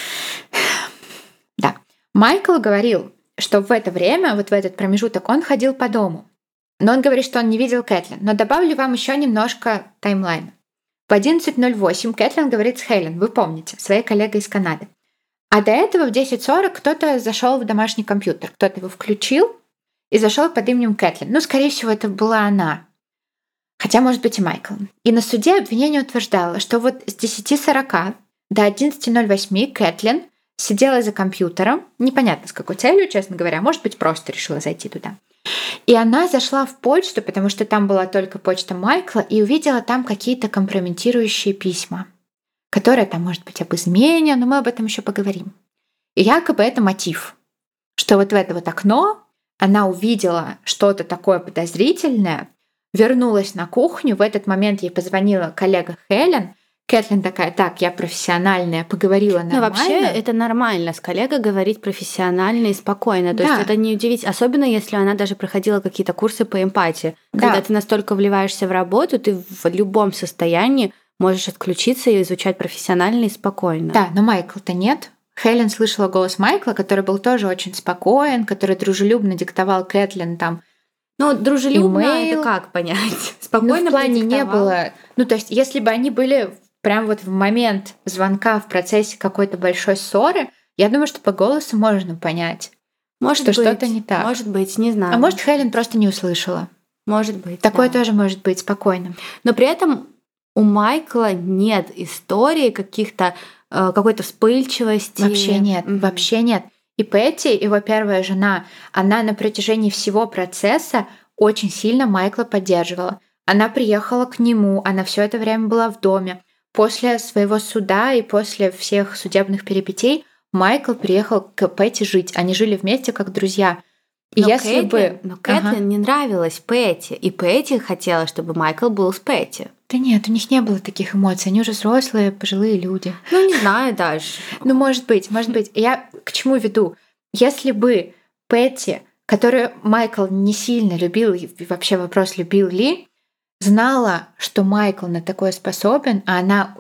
Да. Майкл говорил, что в это время, вот в этот промежуток, он ходил по дому. Но он говорит, что он не видел Кэтлин. Но добавлю вам еще немножко таймлайна. В 11:08 Кэтлин говорит с Хелен, вы помните, своей коллегой из Канады. А до этого в 10:40 кто-то зашел в домашний компьютер, кто-то его включил и зашел под именем Кэтлин. Ну, скорее всего, это была она. Хотя, может быть, и Майкл. И на суде обвинение утверждало, что вот с 10:40 до 11:08 Кэтлин сидела за компьютером, непонятно с какой целью, честно говоря, может быть, просто решила зайти туда. И она зашла в почту, потому что там была только почта Майкла, и увидела там какие-то компрометирующие письма, которые там, может быть, об измене, но мы об этом еще поговорим. И якобы это мотив, что вот в это вот окно она увидела что-то такое подозрительное, вернулась на кухню, в этот момент ей позвонила коллега Хелен. Кэтлин такая: так, я профессиональная, поговорила нормально. Ну, вообще, это нормально с коллегой говорить профессионально и спокойно. То есть это не удивительно, особенно если она даже проходила какие-то курсы по эмпатии. Когда ты настолько вливаешься в работу, ты в любом состоянии можешь отключиться и изучать профессионально и спокойно. Да, но Майкла-то нет. Хелен слышала голос Майкла, который был тоже очень спокоен, который дружелюбно диктовал Кэтлин там. Ну, дружелюбно это как понять? Спокойно в плане не было. Ну, то есть, если бы они были прям вот в момент звонка в процессе какой-то большой ссоры, я думаю, что по голосу можно понять, что что-то не так. Может быть, не знаю. А может, Хелен просто не услышала. Может быть. Такое тоже может быть спокойно. Но при этом у Майкла нет истории каких-то какой-то вспыльчивости. Вообще нет, вообще нет. И Пэтти, его первая жена, она на протяжении всего процесса очень сильно Майкла поддерживала. Она приехала к нему, она все это время была в доме. После своего суда и после всех судебных перипетий Майкл приехал к Пэтти жить. Они жили вместе как друзья. И но если Кэтлин не нравилась Пэтти, и Пэтти хотела, чтобы Майкл был с Пэтти. Да нет, у них не было таких эмоций. Они уже взрослые, пожилые люди. Ну, не знаю даже. Ну, может быть. Я к чему веду? Если бы Пэтти, которую Майкл не сильно любил, и вообще вопрос, любил ли, знала, что Майкл на такое способен, а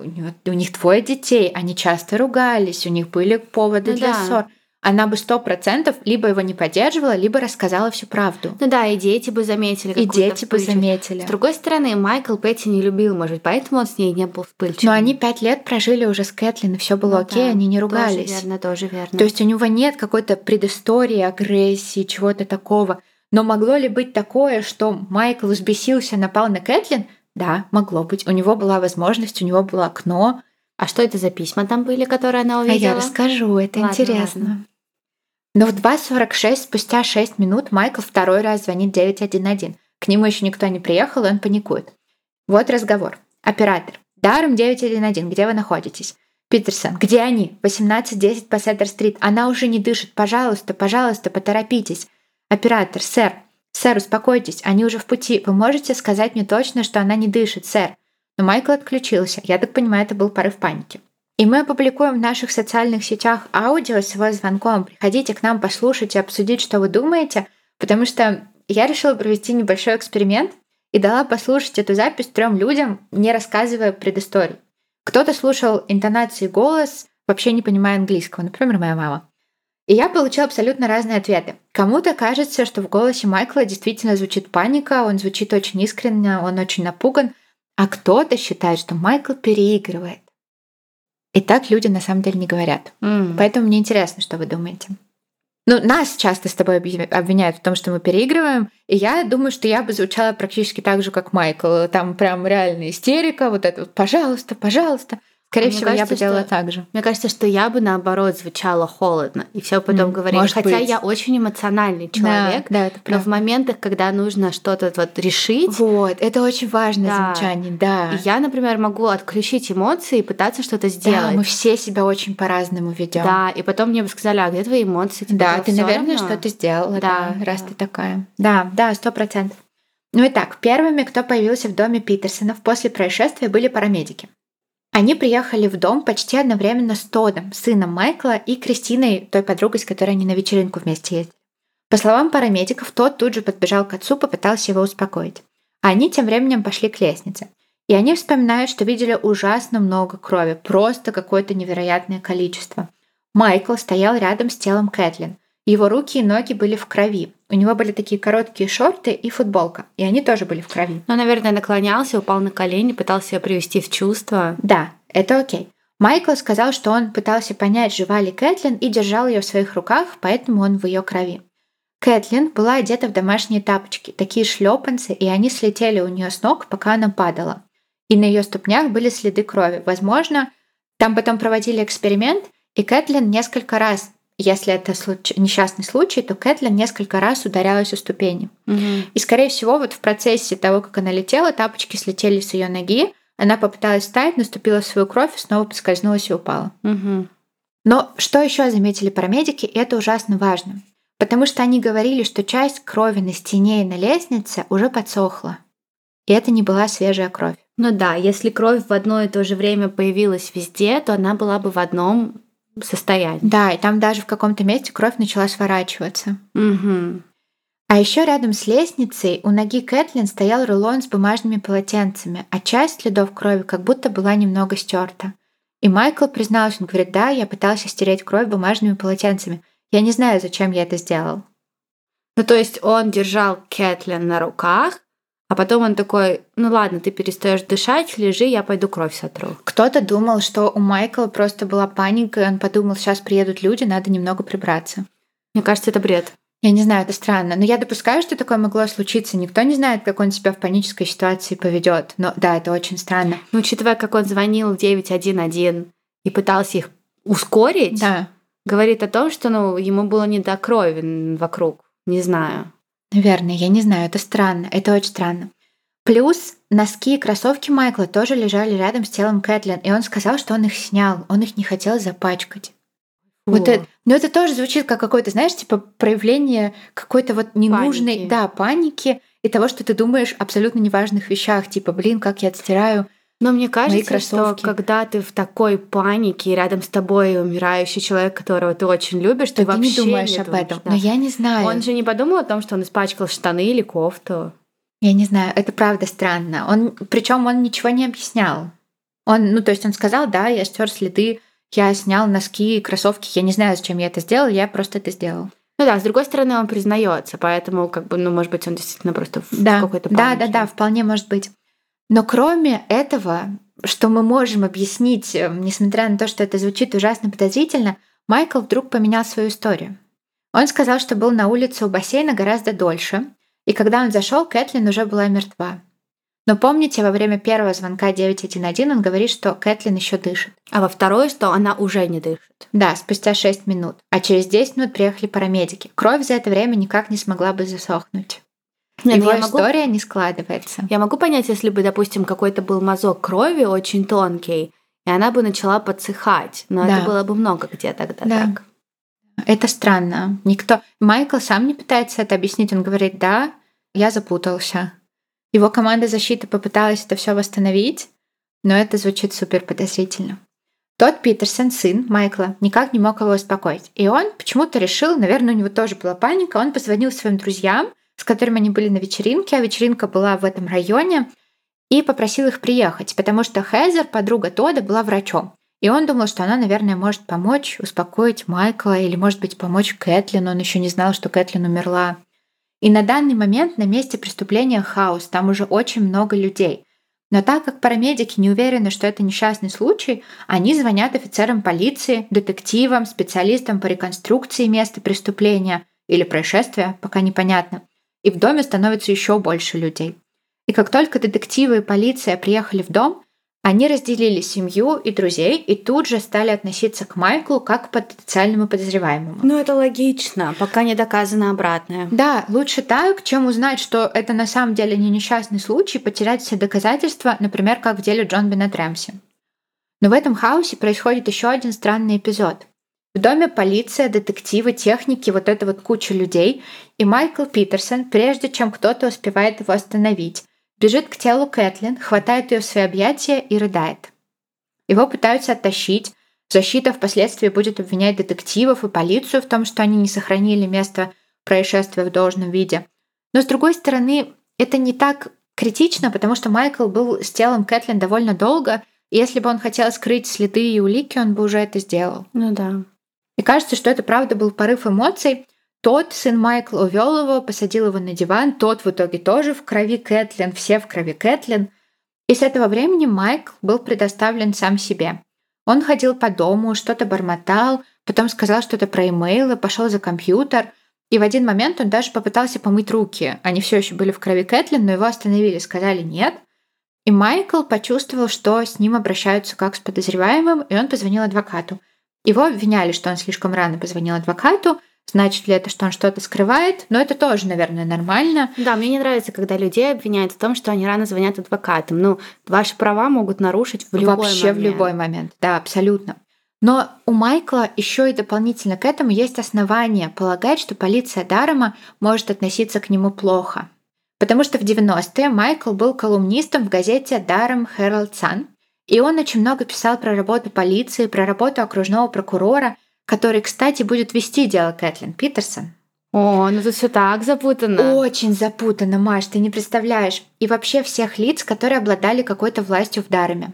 у них 2 детей, они часто ругались, у них были поводы для ссор. Она бы 100% либо его не поддерживала, либо рассказала всю правду. Ну да, и дети бы заметили. И дети бы заметили. С другой стороны, Майкл Пэтти не любил, может, поэтому он с ней не был вспыльчивым. Но они 5 лет прожили уже с Кэтлин, и все было окей, они не ругались. Тоже верно. То есть у него нет какой-то предыстории, агрессии, чего-то такого. Но могло ли быть такое, что Майкл взбесился, напал на Кэтлин? Да, могло быть. У него была возможность, у него было окно. А что это за письма там были, которые она увидела? А я расскажу, это Ладно, интересно. ладно. Но в 2:46, спустя 6 минут, Майкл второй раз звонит 911. К нему еще никто не приехал, и он паникует. Вот разговор. Оператор. Даром 911, где вы находитесь? Питерсон. Где они? 18:10 по Сеттер-стрит. Она уже не дышит. Пожалуйста, пожалуйста, поторопитесь. Оператор. Сэр, успокойтесь, они уже в пути. Вы можете сказать мне точно, что она не дышит, сэр? Но Майкл отключился. Я так понимаю, это был порыв паники. И мы опубликуем в наших социальных сетях аудио с его звонком. Приходите к нам послушать и обсудить, что вы думаете, потому что я решила провести небольшой эксперимент и дала послушать эту запись 3 людям, не рассказывая предысторию. Кто-то слушал интонации голос, вообще не понимая английского, например, моя мама. И я получила абсолютно разные ответы. Кому-то кажется, что в голосе Майкла действительно звучит паника, он звучит очень искренне, он очень напуган, а кто-то считает, что Майкл переигрывает. И так люди на самом деле не говорят. Поэтому мне интересно, что вы думаете. Ну, нас часто с тобой обвиняют в том, что мы переигрываем, и я думаю, что я бы звучала практически так же, как Майкл. Там прям реальная истерика, вот это вот «пожалуйста, пожалуйста». Скорее всего, я бы делала так же. Мне кажется, что я бы, наоборот, звучала холодно и все потом говорила. Хотя я очень эмоциональный человек, да, это но в моментах, когда нужно что-то вот решить... Вот, это очень важное замечание, да. И я, например, могу отключить эмоции и пытаться что-то сделать. Да, мы все себя очень по-разному ведем. Да, и потом мне бы сказали, а где твои эмоции? Да, ты, наверное, что-то сделала, да, раз ты такая. Да, 100%. Ну и так, первыми, кто появился в доме Питерсонов после происшествия, были парамедики. Они приехали в дом почти одновременно с Тодом, сыном Майкла, и Кристиной, той подругой, с которой они на вечеринку вместе ездили. По словам парамедиков, Тод тут же подбежал к отцу, попытался его успокоить. А они тем временем пошли к лестнице. И они вспоминают, что видели ужасно много крови, просто какое-то невероятное количество. Майкл стоял рядом с телом Кэтлин. Его руки и ноги были в крови. У него были такие короткие шорты и футболка, и они тоже были в крови. Ну, наверное, наклонялся, упал на колени, пытался ее привести в чувство. Да, это окей. Майкл сказал, что он пытался понять, жива ли Кэтлин, и держал ее в своих руках, поэтому он в ее крови. Кэтлин была одета в домашние тапочки, такие шлепанцы, и они слетели у нее с ног, пока она падала. И на ее ступнях были следы крови. Возможно, там потом проводили эксперимент, и Кэтлин несколько раз, если это несчастный случай, то Кэтлин несколько раз ударялась о ступени. И, скорее всего, вот в процессе того, как она летела, тапочки слетели с ее ноги, она попыталась встать, наступила в свою кровь, снова поскользнулась и упала. Но что еще заметили парамедики, и это ужасно важно. Потому что они говорили, что часть крови на стене и на лестнице уже подсохла. И это не была свежая кровь. Ну да, если кровь в одно и то же время появилась везде, то она была бы в одном состоянии. Да, и там даже в каком-то месте кровь начала сворачиваться. А еще рядом с лестницей у ноги Кэтлин стоял рулон с бумажными полотенцами, а часть следов крови как будто была немного стерта. И Майкл признался, он говорит, да, я пытался стереть кровь бумажными полотенцами. Я не знаю, зачем я это сделал. Ну, то есть он держал Кэтлин на руках, а потом он такой, ну ладно, ты перестаешь дышать, лежи, я пойду кровь сотру. Кто-то думал, что у Майкла просто была паника, и он подумал, сейчас приедут люди, надо немного прибраться. Мне кажется, это бред. Я не знаю, это странно. Но я допускаю, что такое могло случиться. Никто не знает, как он себя в панической ситуации поведет. Но да, это очень странно. Ну, учитывая, как он звонил в 911 и пытался их ускорить, да, говорит о том, что ему было не до крови вокруг. Не знаю. Наверное, я не знаю. Это странно. Это очень странно. Плюс носки и кроссовки Майкла тоже лежали рядом с телом Кэтлин. И он сказал, что он их снял. Он их не хотел запачкать. Вот это, но это тоже звучит как какое-то, знаешь, типа проявление какой-то вот ненужной, паники и того, что ты думаешь о абсолютно неважных вещах, типа, блин, как я отстираю. Но мне кажется, что когда ты в такой панике, и рядом с тобой умирающий человек, которого ты очень любишь, ты вообще не думаешь об этом. Да. Но я не знаю. Он же не подумал о том, что он испачкал штаны или кофту. Я не знаю, это правда странно. Причем он ничего не объяснял. То есть он сказал, да, я стер следы, я снял носки и кроссовки. Я не знаю, зачем я это сделал, я просто это сделал. Ну да, с другой стороны, он признается, поэтому, может быть, он действительно просто в какой-то панике. Да, вполне может быть. Но кроме этого, что мы можем объяснить, несмотря на то, что это звучит ужасно подозрительно, Майкл вдруг поменял свою историю. Он сказал, что был на улице у бассейна гораздо дольше, и когда он зашел, Кэтлин уже была мертва. Но помните, во время первого звонка 911 он говорит, что Кэтлин еще дышит. А во второй, что она уже не дышит. Да, спустя 6 минут. А через 10 минут приехали парамедики. Кровь за это время никак не смогла бы засохнуть. Его история не складывается. Я могу понять, если бы, допустим, какой-то был мазок крови очень тонкий, и она бы начала подсыхать. Но это было бы много где тогда так. Это странно. Майкл сам не пытается это объяснить. Он говорит, да, я запутался. Его команда защиты попыталась это все восстановить, но это звучит супер подозрительно. Тодд Питерсон, сын Майкла, никак не мог его успокоить. И он почему-то решил, наверное, у него тоже была паника, он позвонил своим друзьям, с которыми они были на вечеринке, а вечеринка была в этом районе, и попросил их приехать, потому что Хезер, подруга Тодда, была врачом. И он думал, что она, наверное, может помочь успокоить Майкла или, может быть, помочь Кэтлин. Он еще не знал, что Кэтлин умерла. И на данный момент на месте преступления хаос, там уже очень много людей. Но так как парамедики не уверены, что это несчастный случай, они звонят офицерам полиции, детективам, специалистам по реконструкции места преступления или происшествия, пока непонятно. И в доме становится еще больше людей. И как только детективы и полиция приехали в дом, они разделили семью и друзей и тут же стали относиться к Майклу как к потенциальному подозреваемому. Ну, это логично, пока не доказано обратное. Да, лучше так, чем узнать, что это на самом деле не несчастный случай, потерять все доказательства, например, как в деле Джон Беннет Рэмси. Но в этом хаосе происходит еще один странный эпизод. В доме полиция, детективы, техники, вот эта вот куча людей, и Майкл Питерсон, прежде чем кто-то успевает его остановить, бежит к телу Кэтлин, хватает ее в свои объятия и рыдает. Его пытаются оттащить. Защита впоследствии будет обвинять детективов и полицию в том, что они не сохранили место происшествия в должном виде. Но, с другой стороны, это не так критично, потому что Майкл был с телом Кэтлин довольно долго, и если бы он хотел скрыть следы и улики, он бы уже это сделал. Ну да. И кажется, что это правда был порыв эмоций. Тот, сын Майкла, увел его, посадил его на диван. Тот в итоге тоже в крови Кэтлин, все в крови Кэтлин. И с этого времени Майкл был предоставлен сам себе. Он ходил по дому, что-то бормотал, потом сказал что-то про имейлы, пошел за компьютер. И в один момент он даже попытался помыть руки. Они все еще были в крови Кэтлин, но его остановили, сказали нет. И Майкл почувствовал, что с ним обращаются как с подозреваемым, и он позвонил адвокату. Его обвиняли, что он слишком рано позвонил адвокату. Значит ли это, что он что-то скрывает? Но это тоже, наверное, нормально. Да, мне не нравится, когда людей обвиняют в том, что они рано звонят адвокатам. Ну, ваши права могут нарушить в любой момент. Вообще в любой момент, да, абсолютно. Но у Майкла еще и дополнительно к этому есть основания полагать, что полиция Дарема может относиться к нему плохо. Потому что в 90-е Майкл был колумнистом в газете Durham Herald Sun, и он очень много писал про работу полиции, про работу окружного прокурора, который, кстати, будет вести дело Кэтлин Питерсон. О, ну тут все так запутанно. Очень запутанно, Маш, ты не представляешь. И вообще всех лиц, которые обладали какой-то властью в Дареме.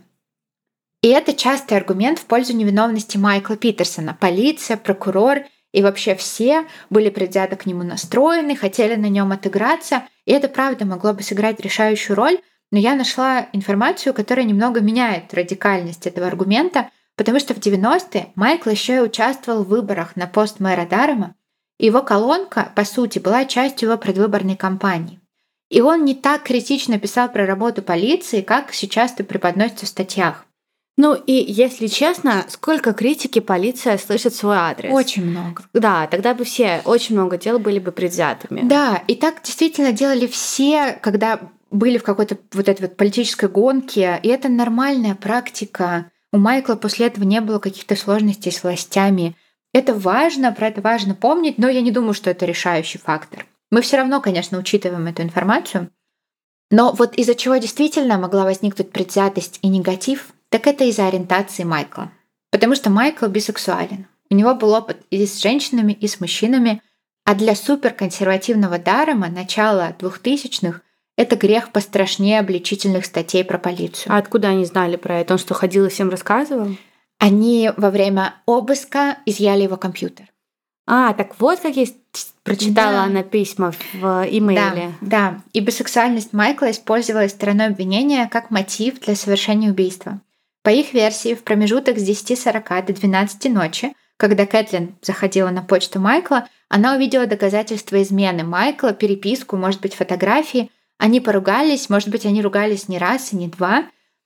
И это частый аргумент в пользу невиновности Майкла Питерсона. Полиция, прокурор и вообще все были предвзято к нему настроены, хотели на нем отыграться. И это правда могло бы сыграть решающую роль, но я нашла информацию, которая немного меняет радикальность этого аргумента, потому что в 90-е Майкл еще и участвовал в выборах на пост мэра Дарема, и его колонка, по сути, была частью его предвыборной кампании. И он не так критично писал про работу полиции, как сейчас это преподносится в статьях. Ну и, если честно, сколько критики полиция слышит в свой адрес? Очень много. Да, тогда бы все, очень много дел были бы предвзятыми. Да, и так действительно делали все, когда были в какой-то вот этой вот политической гонке, и это нормальная практика. У Майкла после этого не было каких-то сложностей с властями. Это важно, про это важно помнить, но я не думаю, что это решающий фактор. Мы все равно, конечно, учитываем эту информацию. Но вот из-за чего действительно могла возникнуть предвзятость и негатив, так это из-за ориентации Майкла. Потому что Майкл бисексуален. У него был опыт и с женщинами, и с мужчинами. А для суперконсервативного Дарема начала 2000-х это грех пострашнее обличительных статей про полицию. А откуда они знали про это? Он что, ходил и всем рассказывал? Они во время обыска изъяли его компьютер. А, так вот как есть. Прочитала она письма в имейле. Да. И бисексуальность Майкла использовалась стороной обвинения как мотив для совершения убийства. По их версии, в промежуток с 10:40 до 12 ночи, Когда Кэтлин заходила на почту Майкла, она увидела доказательства измены Майкла, переписку, может быть, фотографии. Они поругались, может быть, они ругались не раз и не два.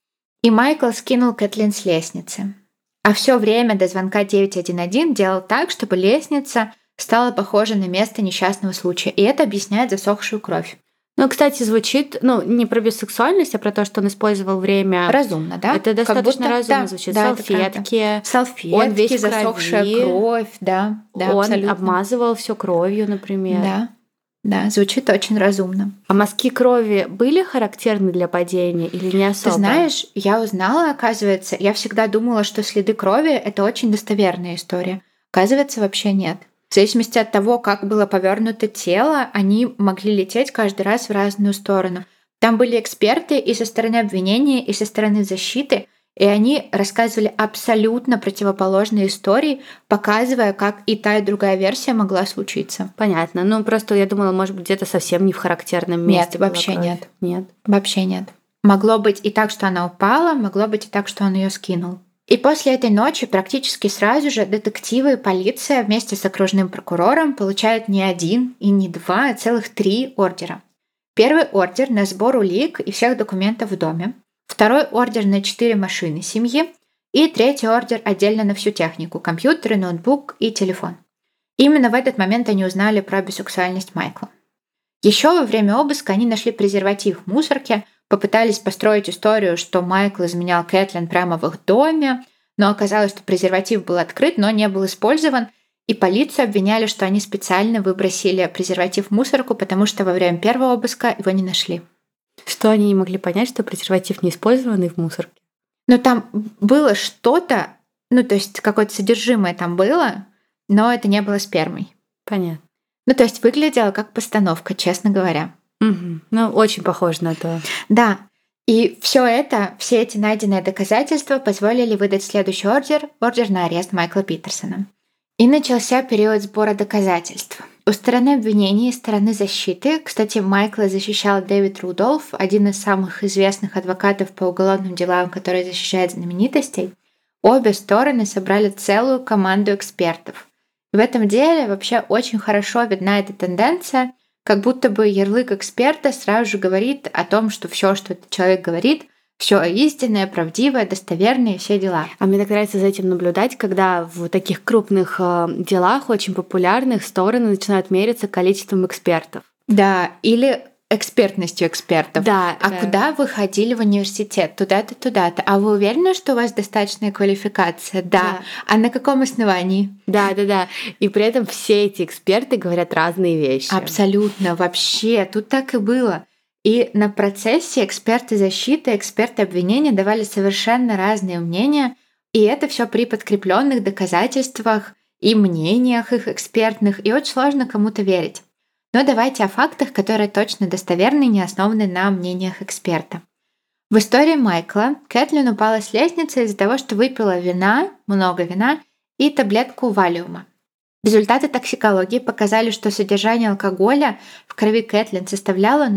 И Майкл скинул Кэтлин с лестницы. А все время до звонка 911 делал так, чтобы лестница стала похожа на место несчастного случая. И это объясняет засохшую кровь. Ну, кстати, звучит, не про бессексуальность, а про то, что он использовал время. Разумно, да? Это достаточно разумно звучит. Да, салфетки. Он весь засохшая кровь, да, он абсолютно. обмазывал все кровью, например. Да, звучит очень разумно. А мазки крови были характерны для падения или не особо? Ты знаешь, я узнала, оказывается, я всегда думала, что следы крови — это очень достоверная история. Оказывается, вообще нет. В зависимости от того, как было повернуто тело, они могли лететь каждый раз в разную сторону. Там были эксперты и со стороны обвинения, и со стороны защиты, и они рассказывали абсолютно противоположные истории, показывая, как и та, и другая версия могла случиться. Понятно. Просто я думала, может быть, где-то совсем не в характерном месте. Нет, вообще нет. Нет? Вообще нет. Могло быть и так, что она упала, могло быть и так, что он ее скинул. И после этой ночи практически сразу же детективы и полиция вместе с окружным прокурором получают не один и не два, а целых 3 ордера. Первый ордер на сбор улик и всех документов в доме. Второй ордер на 4 машины семьи. И третий ордер отдельно на всю технику – компьютеры, ноутбук и телефон. Именно в этот момент они узнали про бисексуальность Майкла. Еще во время обыска они нашли презерватив в мусорке, попытались построить историю, что Майкл изменял Кэтлин прямо в их доме, но оказалось, что презерватив был открыт, но не был использован, и полицию обвиняли, что они специально выбросили презерватив в мусорку, потому что во время первого обыска его не нашли. Что они не могли понять, что презерватив не использованный в мусорке? Там было что-то, то есть какое-то содержимое там было, но это не было спермой. Понятно. То есть выглядело как постановка, честно говоря. Угу. Очень похоже на то. Да. И все эти найденные доказательства позволили выдать следующий ордер на арест Майкла Питерсона. И начался период сбора доказательств. У стороны обвинения и стороны защиты, кстати, Майкла защищал Дэвид Рудольф, один из самых известных адвокатов по уголовным делам, который защищает знаменитостей, обе стороны собрали целую команду экспертов. В этом деле вообще очень хорошо видна эта тенденция, как будто бы ярлык эксперта сразу же говорит о том, что все, что этот человек говорит, все истинное, правдивое, достоверное, все дела. А мне так нравится за этим наблюдать, когда в таких крупных делах, очень популярных, стороны начинают мериться количеством экспертов. Да, или экспертностью экспертов. Да. Куда вы ходили в университет? Туда-то, туда-то. А вы уверены, что у вас достаточная квалификация? Да. А на каком основании? Да. И при этом все эти эксперты говорят разные вещи. Абсолютно. Вообще. Тут так и было. И на процессе эксперты защиты, эксперты обвинения давали совершенно разные мнения. И это все при подкрепленных доказательствах и мнениях их экспертных. И очень сложно кому-то верить. Но давайте о фактах, которые точно достоверны и не основаны на мнениях эксперта. В истории Майкла Кэтлин упала с лестницы из-за того, что выпила много вина и таблетку валиума. Результаты токсикологии показали, что содержание алкоголя в крови Кэтлин составляло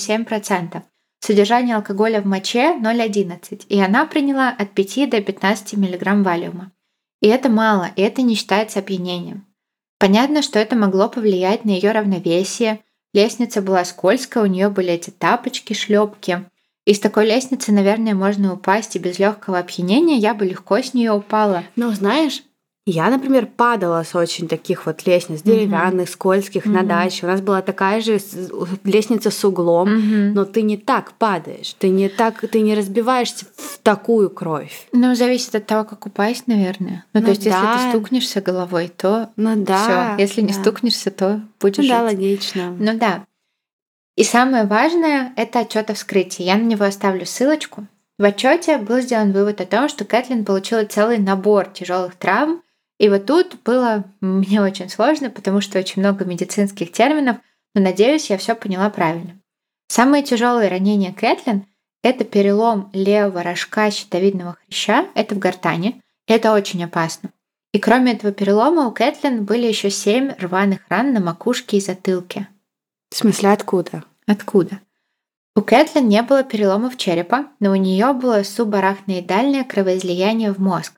0,07%, содержание алкоголя в моче 0,11%, и она приняла от 5 до 15 мг валиума. И это мало, и это не считается опьянением. Понятно, что это могло повлиять на ее равновесие. Лестница была скользкая, у нее были эти тапочки, шлепки. И с такой лестницы, наверное, можно упасть и без легкого опьянения я бы легко с нее упала. Знаешь, я, например, падала с очень таких лестниц деревянных, скользких на даче. У нас была такая же лестница с углом, но ты не так падаешь, ты не разбиваешься в такую кровь. Зависит от того, как упасть, наверное. То есть, если ты стукнешься головой, то всё. Если не стукнешься, то будешь жить. Да, логично. Да. И самое важное — это отчет о вскрытии. Я на него оставлю ссылочку. В отчете был сделан вывод о том, что Кэтлин получила целый набор тяжелых травм. И тут было мне очень сложно, потому что очень много медицинских терминов, но, надеюсь, я все поняла правильно. Самые тяжелые ранения Кэтлин — это перелом левого рожка щитовидного хряща, это в гортани, и это очень опасно. И кроме этого перелома у Кэтлин были еще 7 рваных ран на макушке и затылке. В смысле, откуда? Откуда? У Кэтлин не было переломов черепа, но у нее было субарахноидальное кровоизлияние в мозг.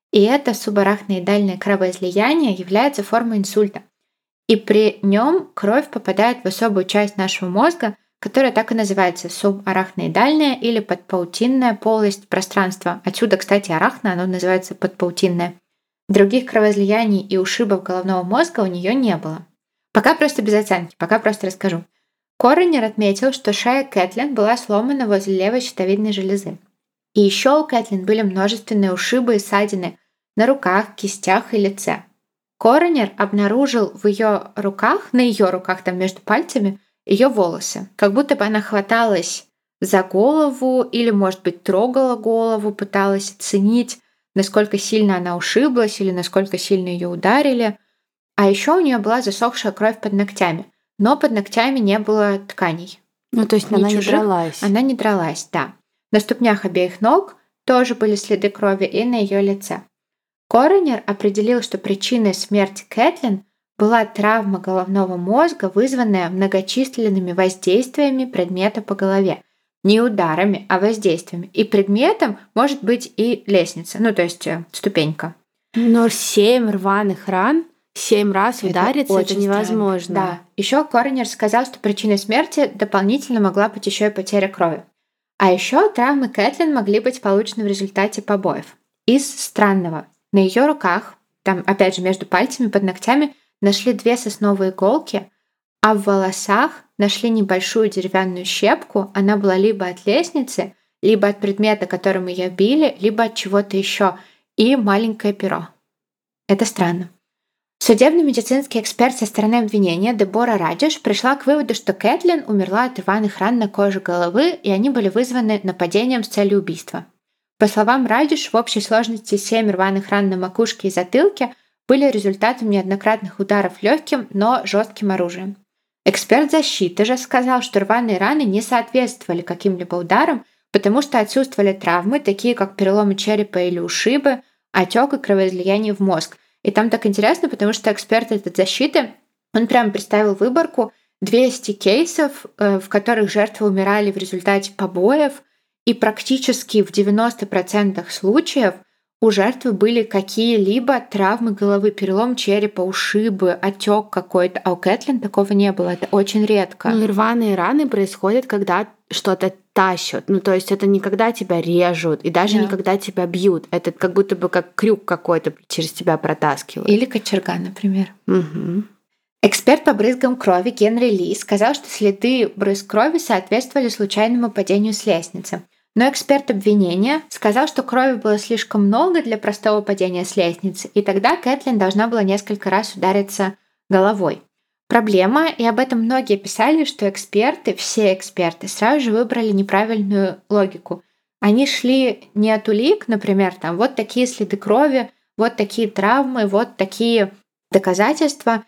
И это субарахноидальное кровоизлияние является формой инсульта. И при нем кровь попадает в особую часть нашего мозга, которая так и называется субарахноидальная или подпаутинная полость пространства. Отсюда, кстати, арахно, оно называется подпаутинное. Других кровоизлияний и ушибов головного мозга у нее не было. Пока просто без оценки, пока просто расскажу. Коронер отметил, что шея Кэтлин была сломана возле левой щитовидной железы. И еще у Кэтлин были множественные ушибы и ссадины на руках, кистях и лице. Коронер обнаружил в ее руках, на ее руках, там между пальцами, ее волосы. Как будто бы она хваталась за голову или, может быть, трогала голову, пыталась оценить, насколько сильно она ушиблась или насколько сильно ее ударили. А еще у нее была засохшая кровь под ногтями. Но под ногтями не было тканей. Ну, то есть она не дралась. Она не дралась, да. На ступнях обеих ног тоже были следы крови и на ее лице. Коронер определил, что причиной смерти Кэтлин была травма головного мозга, вызванная многочисленными воздействиями предмета по голове. Не ударами, а воздействиями. И предметом может быть и лестница, ну то есть ступенька. Но 7 рваных ран, 7 раз удариться, это невозможно. Странно. Да. Еще коронер сказал, что причиной смерти дополнительно могла быть еще и потеря крови. А еще травмы Кэтлин могли быть получены в результате побоев. Из странного. На ее руках, там опять же между пальцами под ногтями, нашли 2 сосновые иголки, а в волосах нашли небольшую деревянную щепку. Она была либо от лестницы, либо от предмета, которым ее били, либо от чего-то еще, и маленькое перо. Это странно. Судебно-медицинский эксперт со стороны обвинения Дебора Радиш пришла к выводу, что Кэтлин умерла от рваных ран на коже головы, и они были вызваны нападением с целью убийства. По словам Радиш, в общей сложности 7 рваных ран на макушке и затылке были результатом неоднократных ударов легким, но жестким оружием. Эксперт защиты же сказал, что рваные раны не соответствовали каким-либо ударам, потому что отсутствовали травмы, такие как переломы черепа или ушибы, отек и кровоизлияние в мозг. И там так интересно, потому что эксперт этой защиты, он прямо представил выборку 200 кейсов, в которых жертвы умирали в результате побоев, и практически в 90% случаев у жертвы были какие-либо травмы головы, перелом черепа, ушибы, отек какой-то. А у Кэтлин такого не было. Это очень редко. Ну, рваные раны происходят, когда что-то тащат. Ну, то есть это не когда тебя режут, и даже не когда тебя бьют. Это как будто бы как крюк какой-то через тебя протаскивают. Или кочерга, например. Угу. Эксперт по брызгам крови Генри Ли сказал, что следы брызг крови соответствовали случайному падению с лестницы. Но эксперт обвинения сказал, что крови было слишком много для простого падения с лестницы, и тогда Кэтлин должна была несколько раз удариться головой. Проблема, и об этом многие писали, что эксперты, все эксперты, сразу же выбрали неправильную логику. Они шли не от улик, например, там вот такие следы крови, вот такие травмы, вот такие доказательства.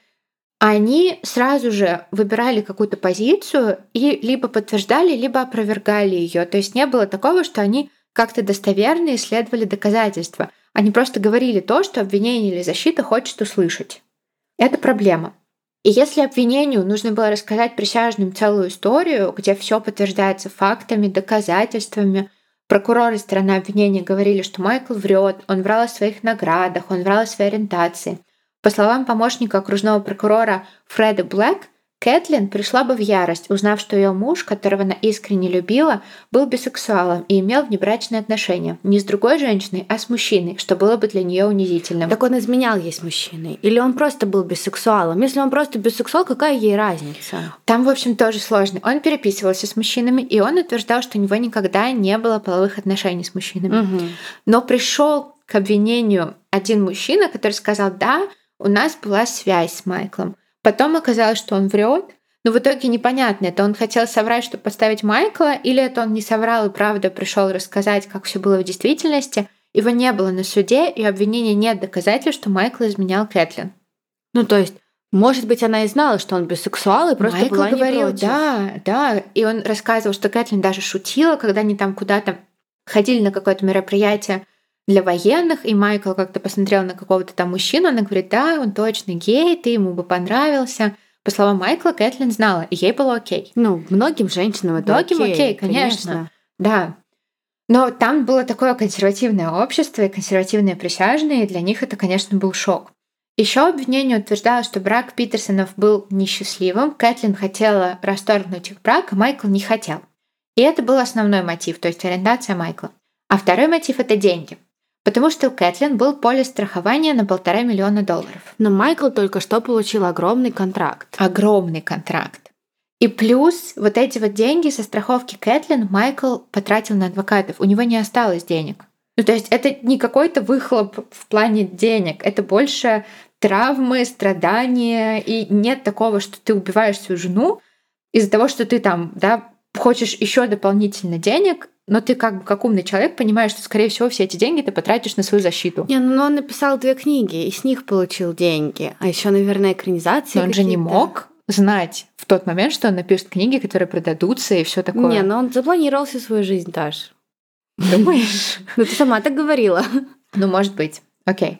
Они сразу же выбирали какую-то позицию и либо подтверждали, либо опровергали ее. То есть не было такого, что они как-то достоверно исследовали доказательства. Они просто говорили то, что обвинение или защита хочет услышать. Это проблема. И если обвинению нужно было рассказать присяжным целую историю, где все подтверждается фактами, доказательствами, прокурор и сторона обвинения говорили, что Майкл врет, он врал о своих наградах, он врал о своей ориентации. По словам помощника окружного прокурора Фреда Блэк, Кэтлин пришла бы в ярость, узнав, что ее муж, которого она искренне любила, был бисексуалом и имел внебрачные отношения не с другой женщиной, а с мужчиной, что было бы для нее унизительным. Так он изменял ей с мужчиной? Или он просто был бисексуалом? Если он просто бисексуал, какая ей разница? Там, в общем, тоже сложно. Он переписывался с мужчинами, и он утверждал, что у него никогда не было половых отношений с мужчинами. Угу. Но пришел к обвинению один мужчина, который сказал: да, у нас была связь с Майклом. Потом оказалось, что он врет, но в итоге непонятно, это он хотел соврать, чтобы поставить Майкла, или это он не соврал и правда пришел рассказать, как все было в действительности. Его не было на суде, и у обвинения нет доказательств, что Майкл изменял Кэтлин. Ну, то есть, может быть, она и знала, что он бисексуал, и просто Майкл была не говорил, против. да. И он рассказывал, что Кэтлин даже шутила, когда они там куда-то ходили на какое-то мероприятие для военных, и Майкл как-то посмотрел на какого-то там мужчину, она говорит: да, он точно гей, ты ему бы понравился. По словам Майкла, Кэтлин знала, и ей было окей. Ну, многим женщинам это окей, конечно. Да. Но там было такое консервативное общество и консервативные присяжные, и для них это, конечно, был шок. Еще обвинение утверждало, что брак Питерсонов был несчастливым. Кэтлин хотела расторгнуть их брак, а Майкл не хотел. И это был основной мотив, то есть ориентация Майкла. А второй мотив — это деньги. Потому что у Кэтлин был полис страхования на $1,5 миллиона. Но Майкл только что получил огромный контракт. Огромный контракт. И плюс вот эти вот деньги со страховки Кэтлин Майкл потратил на адвокатов. У него не осталось денег. Ну, то есть это не какой-то выхлоп в плане денег. Это больше травмы, страдания. И нет такого, что ты убиваешь свою жену из-за того, что ты там, да, хочешь еще дополнительно денег, но ты как умный человек понимаешь, что, скорее всего, все эти деньги ты потратишь на свою защиту. Не, ну он написал 2 книги, и с них получил деньги. А еще, наверное, экранизации. Но он же не мог знать в тот момент, что он напишет книги, которые продадутся и все такое. Не, но он запланировал всю свою жизнь, Таш. Думаешь? Ну ты сама так говорила. Ну, может быть. Окей.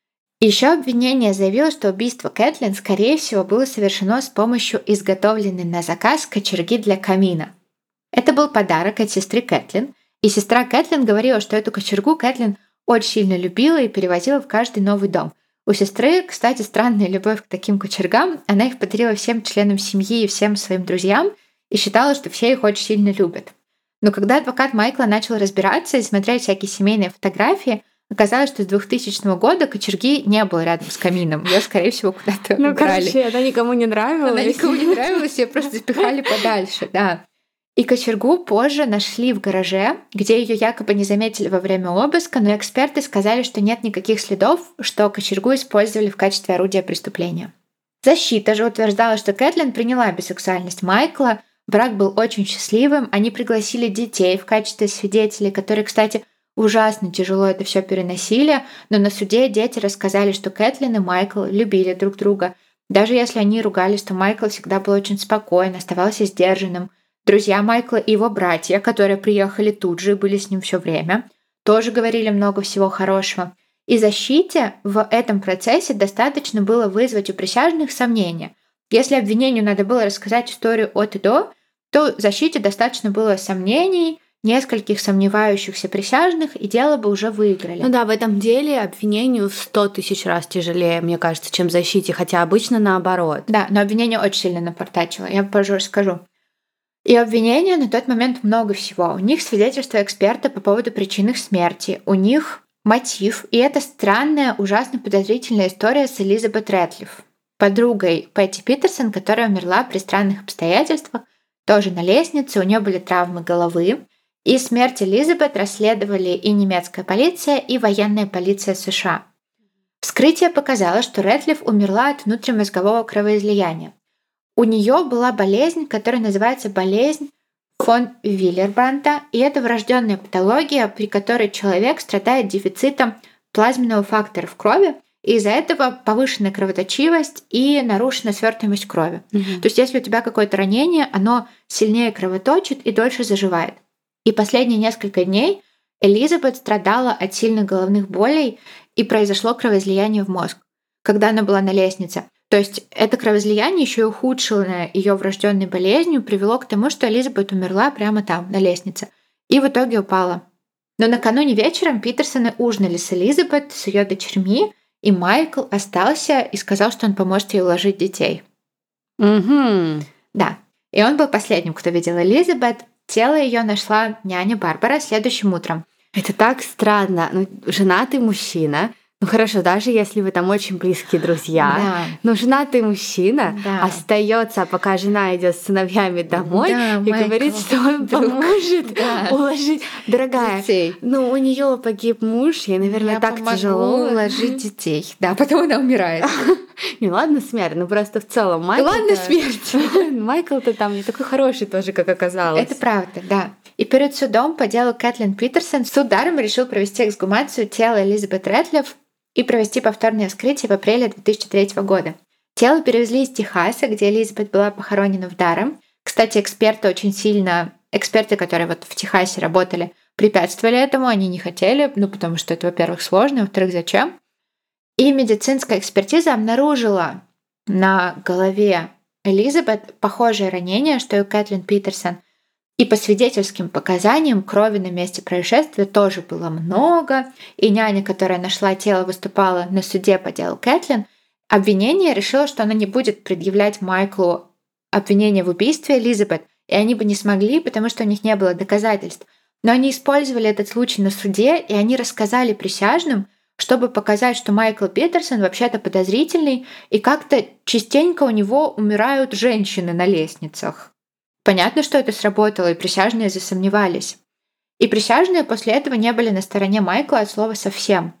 Еще обвинение заявило, что убийство Кэтлин, скорее всего, было совершено с помощью изготовленной на заказ кочерги для камина. Это был подарок от сестры Кэтлин, и сестра Кэтлин говорила, что эту кочергу Кэтлин очень сильно любила и перевозила в каждый новый дом. У сестры, кстати, странная любовь к таким кочергам. Она их подарила всем членам семьи и всем своим друзьям и считала, что все их очень сильно любят. Но когда адвокат Майкла начал разбираться и смотреть всякие семейные фотографии, оказалось, что с 2000 года кочерги не было рядом с камином. Ее, скорее всего, куда-то убрали. Короче, она никому не нравилась. Она никому не нравилась, ее просто запихали подальше, да. И кочергу позже нашли в гараже, где ее якобы не заметили во время обыска, но эксперты сказали, что нет никаких следов, что кочергу использовали в качестве орудия преступления. Защита же утверждала, что Кэтлин приняла бисексуальность Майкла, брак был очень счастливым, они пригласили детей в качестве свидетелей, которые, кстати, ужасно тяжело это все переносили, но на суде дети рассказали, что Кэтлин и Майкл любили друг друга. Даже если они ругались, то Майкл всегда был очень спокоен, оставался сдержанным. Друзья Майкла и его братья, которые приехали тут же и были с ним все время, тоже говорили много всего хорошего. И защите в этом процессе достаточно было вызвать у присяжных сомнения. Если обвинению надо было рассказать историю от и до, то защите достаточно было сомнений, нескольких сомневающихся присяжных, и дело бы уже выиграли. Ну да, в этом деле обвинению в 100 000 раз тяжелее, мне кажется, чем защите, хотя обычно наоборот. Да, но обвинение очень сильно напортачило, я позже расскажу. И обвинения на тот момент много всего. У них свидетельства эксперта по поводу причин их смерти, у них мотив, и это странная, ужасно подозрительная история с Элизабет Рэтлиф, подругой Пэтти Питерсон, которая умерла при странных обстоятельствах, тоже на лестнице, у нее были травмы головы. И смерть Элизабет расследовали и немецкая полиция, и военная полиция США. Вскрытие показало, что Рэтлиф умерла от внутримозгового кровоизлияния. У нее была болезнь, которая называется болезнь фон Виллербранта, и это врожденная патология, при которой человек страдает дефицитом плазменного фактора в крови, и из-за этого повышенная кровоточивость и нарушена свертываемость крови. То есть если у тебя какое-то ранение, оно сильнее кровоточит и дольше заживает. И последние несколько дней Элизабет страдала от сильных головных болей, и произошло кровоизлияние в мозг, когда она была на лестнице. То есть это кровоизлияние еще и ухудшенное ее врожденной болезнью привело к тому, что Элизабет умерла прямо там, на лестнице, и в итоге упала. Но накануне вечером Питерсоны ужинали с Элизабет, с ее дочерьми, и Майкл остался и сказал, что он поможет ей уложить детей. Да, и он был последним, кто видел Элизабет. Тело ее нашла няня Барбара следующим утром. Это так странно. Ну, женатый мужчина. Ну хорошо, даже если вы там очень близкие друзья, Да. но женатый мужчина Да. остается, пока жена идет с сыновьями домой, Да, и Майкл, говорит, что он друг. поможет Да. уложить. Дорогая, Детей. ну у нее погиб муж, ей, наверное, Я так помогу тяжело уложить детей. Да, потом она умирает. Не, ладно, смерть, ну просто в целом Майкл. Ладно, смерть. Майкл-то там не такой хороший тоже, как оказалось. Это правда, да. И перед судом по делу Кэтлин Питерсон суд даром решил провести эксгумацию тела Элизабет Рэтлиф и провести повторное вскрытие в апреле 2003 года. Тело перевезли из Техаса, где Элизабет была похоронена в Даром. Кстати, эксперты, которые вот в Техасе работали, препятствовали этому, они не хотели, потому что это, во-первых, сложно, во-вторых, зачем? И медицинская экспертиза обнаружила на голове Элизабет похожее ранение, что и у Кэтлин Питерсон. И по свидетельским показаниям крови на месте происшествия тоже было много, и няня, которая нашла тело, выступала на суде по делу Кэтлин. Обвинение решило, что она не будет предъявлять Майклу обвинение в убийстве Элизабет, и они бы не смогли, потому что у них не было доказательств. Но они использовали этот случай на суде, и они рассказали присяжным, чтобы показать, что Майкл Питерсон вообще-то подозрительный, и как-то частенько у него умирают женщины на лестницах. Понятно, что это сработало, и присяжные засомневались. И присяжные после этого не были на стороне Майкла от слова совсем.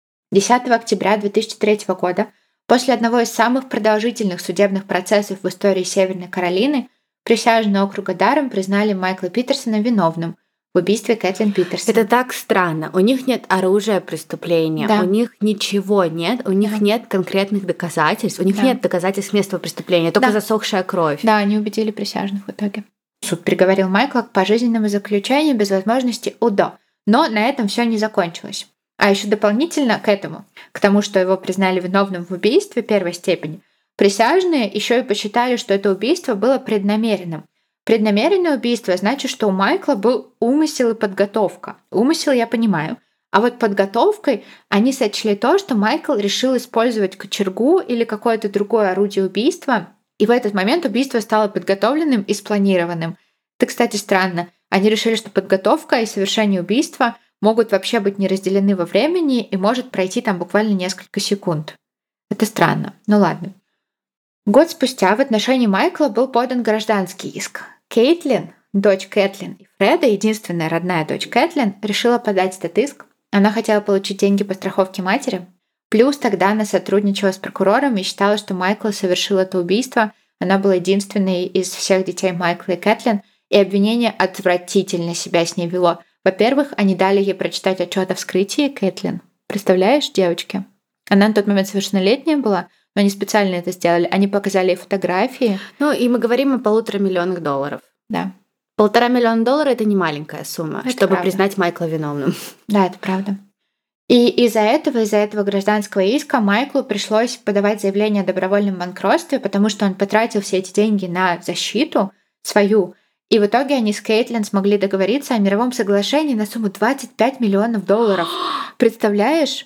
10 октября 2003 года, после одного из самых продолжительных судебных процессов в истории Северной Каролины, присяжные округа Даррем признали Майкла Питерсона виновным в убийстве Кэтлин Питерсон. Это так странно. У них нет оружия преступления, Да. у них ничего нет, у них нет конкретных доказательств, у них нет доказательств места преступления, только засохшая кровь. Да, они убедили присяжных в итоге. Суд приговорил Майкла к пожизненному заключению без возможности УДО. Но на этом все не закончилось. А еще дополнительно к этому, к тому, что его признали виновным в убийстве первой степени, присяжные еще и посчитали, что это убийство было преднамеренным. Преднамеренное убийство значит, что у Майкла был умысел и подготовка. Умысел я понимаю. А вот подготовкой они сочли то, что Майкл решил использовать кочергу или какое-то другое орудие убийства, и в этот момент убийство стало подготовленным и спланированным. Это, кстати, странно. Они решили, что подготовка и совершение убийства могут вообще быть не разделены во времени и может пройти там буквально несколько секунд. Это странно. Ну ладно. Год спустя в отношении Майкла был подан гражданский иск. Кейтлин, дочь Кэтлин и Фреда, единственная родная дочь Кэтлин, решила подать этот иск. Она хотела получить деньги по страховке матери. Плюс тогда она сотрудничала с прокурором и считала, что Майкл совершил это убийство. Она была единственной из всех детей Майкла и Кэтлин, и обвинение отвратительно себя с ней вело. Во-первых, они дали ей прочитать отчет о вскрытии Кэтлин. Представляешь, девочки? Она на тот момент совершеннолетняя была, но они специально это сделали. Они показали ей фотографии. Ну, и мы говорим о $1,5 миллиона. Да. $1,5 миллиона — это не маленькая сумма, Это чтобы правда. признать Майкла виновным. Да, это правда. И из-за этого гражданского иска Майклу пришлось подавать заявление о добровольном банкротстве, потому что он потратил все эти деньги на защиту свою. И в итоге они с Кейтлин смогли договориться о мировом соглашении на сумму $25 миллионов. Представляешь?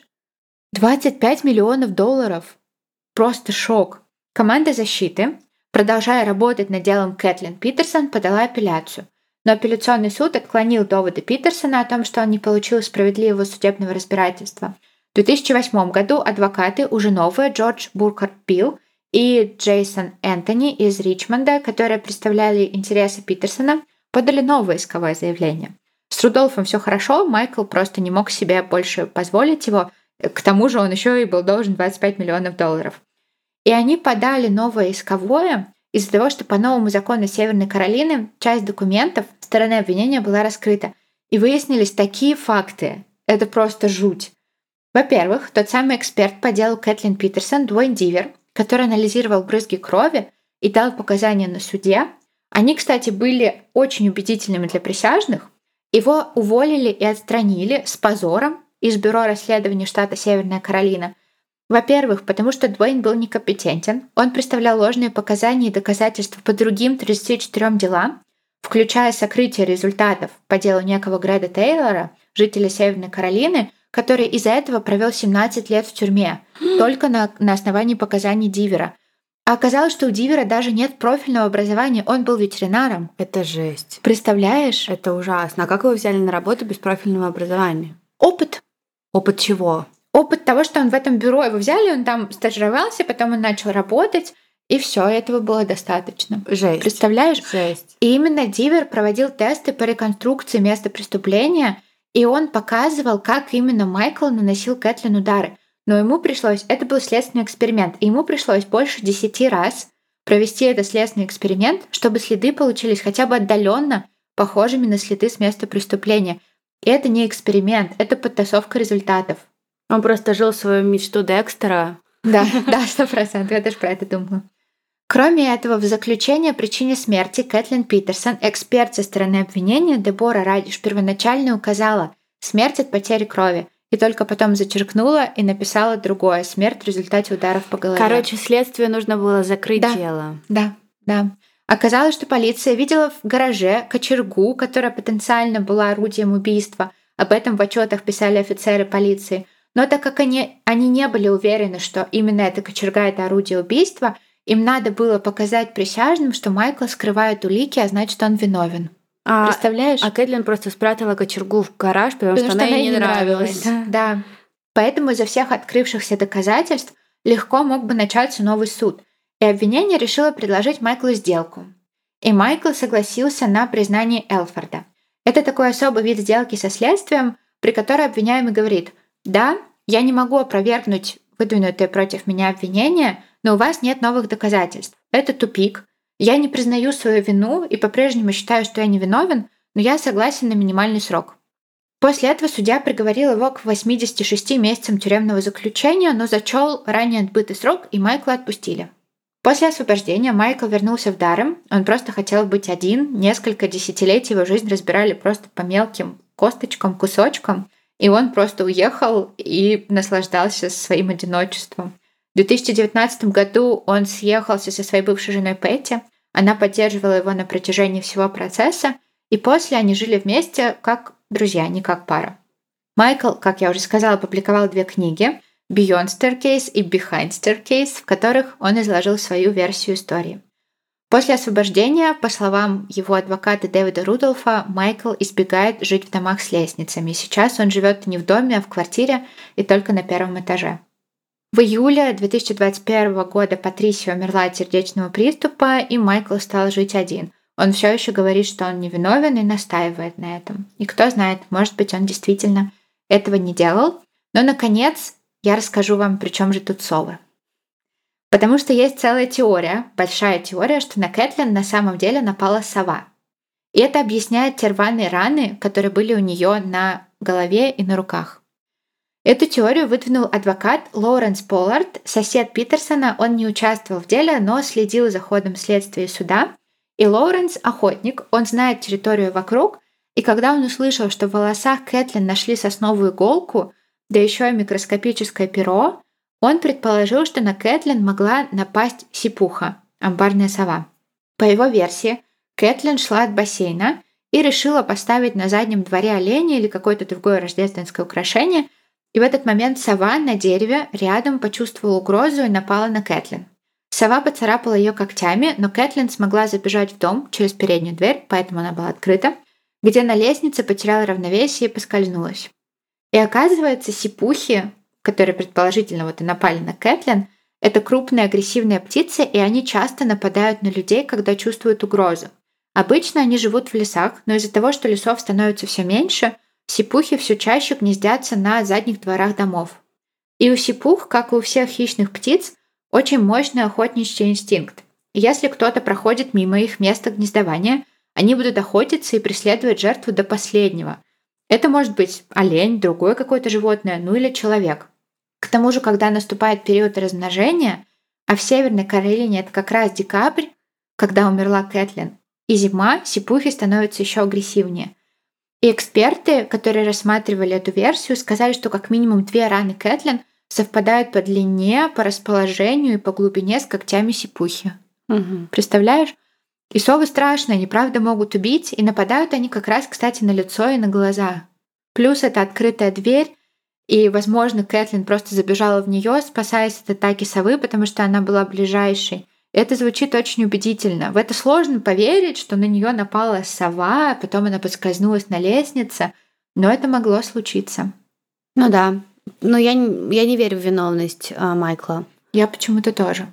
$25 миллионов. Просто шок. Команда защиты, продолжая работать над делом Кэтлин Питерсон, подала апелляцию. Но апелляционный суд отклонил доводы Питерсона о том, что он не получил справедливого судебного разбирательства. В 2008 году адвокаты, уже новые, Джордж Буркарт Билл и Джейсон Энтони из Ричмонда, которые представляли интересы Питерсона, подали новое исковое заявление. С Рудольфом все хорошо, Майкл просто не мог себе больше позволить его. К тому же он еще и был должен $25 миллионов. И они подали новое исковое из-за того, что по новому закону Северной Каролины часть документов стороны обвинения была раскрыта. И выяснились такие факты. Это просто жуть. Во-первых, тот самый эксперт по делу Кэтлин Питерсон, Дуэйн Дивер, который анализировал брызги крови и дал показания на суде, они, кстати, были очень убедительными для присяжных. Его уволили и отстранили с позором из Бюро расследований штата Северная Каролина. Во-первых, потому что Дуэйн был некомпетентен. Он представлял ложные показания и доказательства по другим 34 делам, включая сокрытие результатов по делу некого Греда Тейлора, жителя Северной Каролины, который из-за этого провел 17 лет в тюрьме, только на основании показаний Дивера. А оказалось, что у Дивера даже нет профильного образования, он был ветеринаром. Это жесть. Представляешь? Это ужасно. А как его взяли на работу без профильного образования? Опыт. Опыт чего? Опыт того, что он в этом бюро его взяли, он там стажировался, потом он начал работать, и все, этого было достаточно. Жесть. Представляешь? Жесть. И именно Дивер проводил тесты по реконструкции места преступления, и он показывал, как именно Майкл наносил Кэтлин удары. Но ему пришлось, это был следственный эксперимент, и ему пришлось больше 10 раз провести этот следственный эксперимент, чтобы следы получились хотя бы отдаленно похожими на следы с места преступления. И это не эксперимент, это подтасовка результатов. Он просто жил свою мечту Декстера. Да, 100%, я тоже про это думала. Кроме этого, в заключение о причине смерти Кэтлин Питерсон, эксперт со стороны обвинения Дебора Радиш, первоначально указала смерть от потери крови, и только потом зачеркнула и написала другое — смерть в результате ударов по голове. Короче, следствию нужно было закрыть дело. Да. Оказалось, что полиция видела в гараже кочергу, которая потенциально была орудием убийства. Об этом в отчетах писали офицеры полиции. Но так как они не были уверены, что именно эта кочерга — это орудие убийства, им надо было показать присяжным, что Майкл скрывает улики, а значит, он виновен. Представляешь? А Кэтлин просто спрятала кочергу в гараж, потому что она ей не нравилась. Да. Поэтому из-за всех открывшихся доказательств легко мог бы начаться новый суд. И обвинение решило предложить Майклу сделку. И Майкл согласился на признание Элфорда. Это такой особый вид сделки со следствием, при которой обвиняемый говорит: «Да, я не могу опровергнуть выдвинутые против меня обвинения, но у вас нет новых доказательств. Это тупик. Я не признаю свою вину и по-прежнему считаю, что я невиновен, но я согласен на минимальный срок». После этого судья приговорил его к 86 месяцам тюремного заключения, но зачел ранее отбытый срок, и Майкла отпустили. После освобождения Майкл вернулся в Даррем. Он просто хотел быть один. Несколько десятилетий его жизнь разбирали просто по мелким косточкам, кусочкам, и он просто уехал и наслаждался своим одиночеством. В 2019 году он съехался со своей бывшей женой Петти. Она поддерживала его на протяжении всего процесса, и после они жили вместе как друзья, не как пара. Майкл, как я уже сказала, опубликовал 2 книги «Beyond Staircase» и «Behind Staircase», в которых он изложил свою версию истории. После освобождения, по словам его адвоката Дэвида Рудолфа, Майкл избегает жить в домах с лестницами. Сейчас он живет не в доме, а в квартире и только на 1-м этаже. В июле 2021 года Патрисия умерла от сердечного приступа, и Майкл стал жить один. Он все еще говорит, что он невиновен, и настаивает на этом. И кто знает, может быть, он действительно этого не делал. Но, наконец, я расскажу вам, при чем же тут совы. Потому что есть целая теория, большая теория, что на Кэтлин на самом деле напала сова. И это объясняет те рваные раны, которые были у нее на голове и на руках. Эту теорию выдвинул адвокат Лоуренс Поллард, сосед Питерсона. Он не участвовал в деле, но следил за ходом следствия и суда. И Лоуренс — охотник, он знает территорию вокруг, и когда он услышал, что в волосах Кэтлин нашли сосновую иголку, да еще и микроскопическое перо, он предположил, что на Кэтлин могла напасть сипуха, амбарная сова. По его версии, Кэтлин шла от бассейна и решила поставить на заднем дворе оленя или какое-то другое рождественское украшение, и в этот момент сова на дереве рядом почувствовала угрозу и напала на Кэтлин. Сова поцарапала ее когтями, но Кэтлин смогла забежать в дом через переднюю дверь, поэтому она была открыта, где на лестнице потеряла равновесие и поскользнулась. И оказывается, сипухи, которые предположительно и напали на Кэтлин, это крупные агрессивные птицы, и они часто нападают на людей, когда чувствуют угрозу. Обычно они живут в лесах, но из-за того, что лесов становится все меньше, сипухи все чаще гнездятся на задних дворах домов. И у сипух, как и у всех хищных птиц, очень мощный охотничий инстинкт. И если кто-то проходит мимо их места гнездования, они будут охотиться и преследовать жертву до последнего. Это может быть олень, другое какое-то животное, или человек. К тому же, когда наступает период размножения, а в Северной Каролине это как раз декабрь, когда умерла Кэтлин, и зима, сипухи становятся еще агрессивнее. И эксперты, которые рассматривали эту версию, сказали, что как минимум 2 раны Кэтлин совпадают по длине, по расположению и по глубине с когтями сипухи. Угу. Представляешь? И совы страшные, они правда могут убить, и нападают они как раз, кстати, на лицо и на глаза. Плюс это открытая дверь, и, возможно, Кэтлин просто забежала в нее, спасаясь от атаки совы, потому что она была ближайшей. Это звучит очень убедительно. В это сложно поверить, что на нее напала сова, а потом она поскользнулась на лестнице, но это могло случиться. Ну да, но я не верю в виновность Майкла. Я почему-то тоже.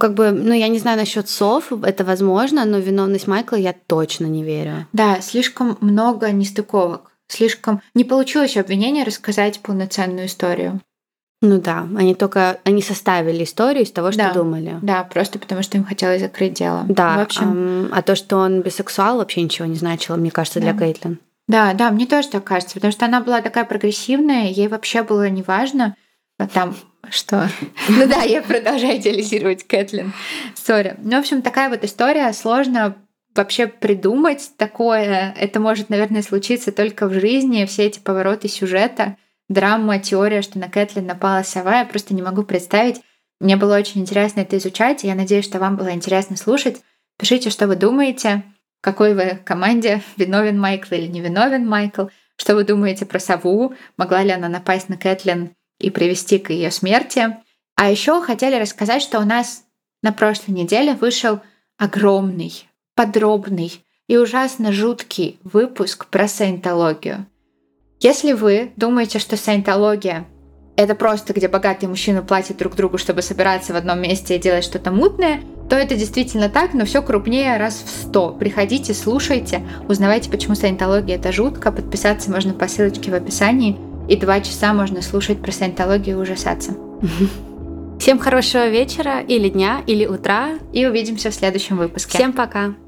Я не знаю насчет сов, это возможно, но в виновность Майкла я точно не верю. Да, слишком много нестыковок. Слишком не получилось обвинение рассказать полноценную историю. Ну да, они составили историю из того, что думали. Да, просто потому что им хотелось закрыть дело. Да, в общем... а то, что он бисексуал, вообще ничего не значило, мне кажется, для Кэтлин. Да, мне тоже так кажется, потому что она была такая прогрессивная, ей вообще было неважно, там что. Ну да, я продолжаю идеализировать Кэтлин. Сори. В общем, такая вот история, сложно вообще придумать такое. Это может, наверное, случиться только в жизни. Все эти повороты сюжета, драма, теория, что на Кэтлин напала сова, я просто не могу представить. Мне было очень интересно это изучать, и я надеюсь, что вам было интересно слушать. Пишите, что вы думаете, в какой вы команде, виновен Майкл или не виновен Майкл, что вы думаете про сову, могла ли она напасть на Кэтлин и привести к ее смерти. А еще хотели рассказать, что у нас на прошлой неделе вышел огромный, подробный и ужасно жуткий выпуск про саентологию. Если вы думаете, что саентология — это просто где богатые мужчины платят друг другу, чтобы собираться в одном месте и делать что-то мутное, то это действительно так, но все крупнее раз в 100. Приходите, слушайте, узнавайте, почему саентология — это жутко. Подписаться можно по ссылочке в описании. И 2 часа можно слушать про саентологию и ужасаться. Всем хорошего вечера или дня, или утра. И увидимся в следующем выпуске. Всем пока!